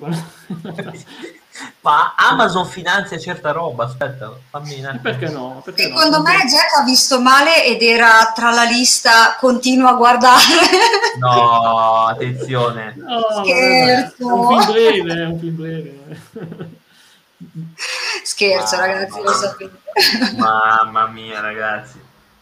Ma Amazon finanzia certa roba, aspetta, fammi un perché no? Perché Secondo no? me Jack ha visto male ed era tra la lista continua a guardare. No, attenzione. No, scherzo. Vabbè, è un film breve, è un film breve. Scherzo, mamma, ragazzi, lo sapete. Mamma mia, ragazzi.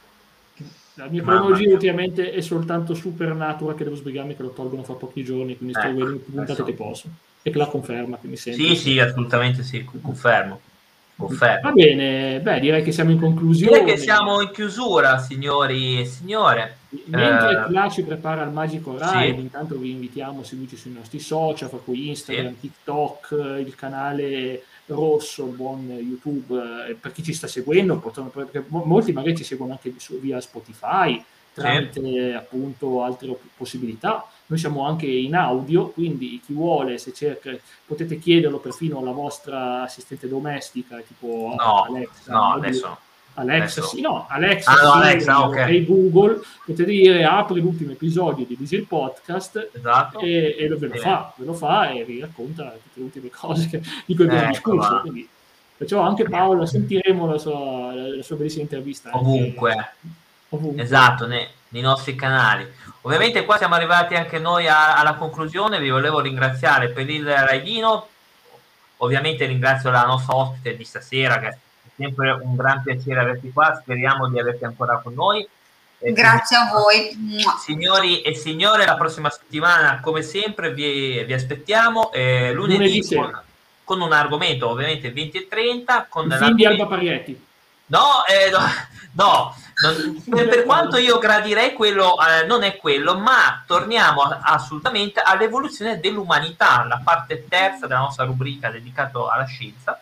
La mia cronologia ultimamente è soltanto Supernatural, che devo sbrigarmi che lo tolgono fra pochi giorni, quindi sto ecco, vedendo più puntate che posso. E che la conferma, quindi sempre. Sì, sì, assolutamente sì, confermo. confermo. Va bene, beh, direi che siamo in conclusione. Direi che siamo in chiusura, signori e signore. Mentre eh, Cla ci prepara il Magico Ride, sì. intanto vi invitiamo a seguirci sui nostri social, fra cui Instagram, sì. TikTok, il canale rosso, il buon YouTube, eh, per chi ci sta seguendo, perché molti magari ci seguono anche via Spotify, tramite sì. appunto altre possibilità. Noi siamo anche in audio, quindi chi vuole, se cerca, potete chiederlo perfino alla vostra assistente domestica, tipo no, Alexa. No, adesso. Alexa, adesso. sì, no, Alexa, ah, no, sì, Alexa okay. e Google, potete dire apri l'ultimo episodio di Diesel Podcast esatto. e, e lo, ve lo sì. fa, ve lo fa e vi racconta tutte le ultime cose che, di cui abbiamo ecco, discusso. Quindi, perciò anche Paolo, sentiremo la sua, la, la sua bellissima intervista. Ovunque. Anche, ovunque. Esatto, nei, nei nostri canali. Ovviamente qua siamo arrivati anche noi a, alla conclusione, vi volevo ringraziare per il raidino, ovviamente ringrazio la nostra ospite di stasera che è sempre un gran piacere averti qua, speriamo di averti ancora con noi. E grazie quindi, a voi. Signori e signore, la prossima settimana come sempre vi, vi aspettiamo eh, lunedì, lunedì con, con un argomento ovviamente venti e trenta con il film di Alba Parietti. No, eh, no, no non, per, per quanto io gradirei quello, eh, non è quello, ma torniamo a, assolutamente all'evoluzione dell'umanità, la parte terza della nostra rubrica dedicata alla scienza.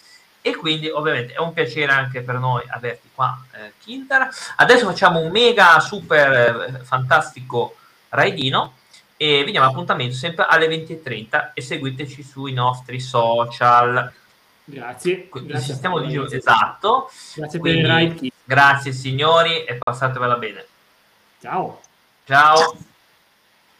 E quindi ovviamente è un piacere anche per noi averti qua, eh, Kinder. Adesso facciamo un mega super eh, fantastico raidino e vi diamo appuntamento sempre alle venti e trenta e seguiteci sui nostri social. Grazie. Il grazie sistema di giro esatto. Grazie quindi, per il ride. Grazie signori e passatevela bene. Ciao. Ciao.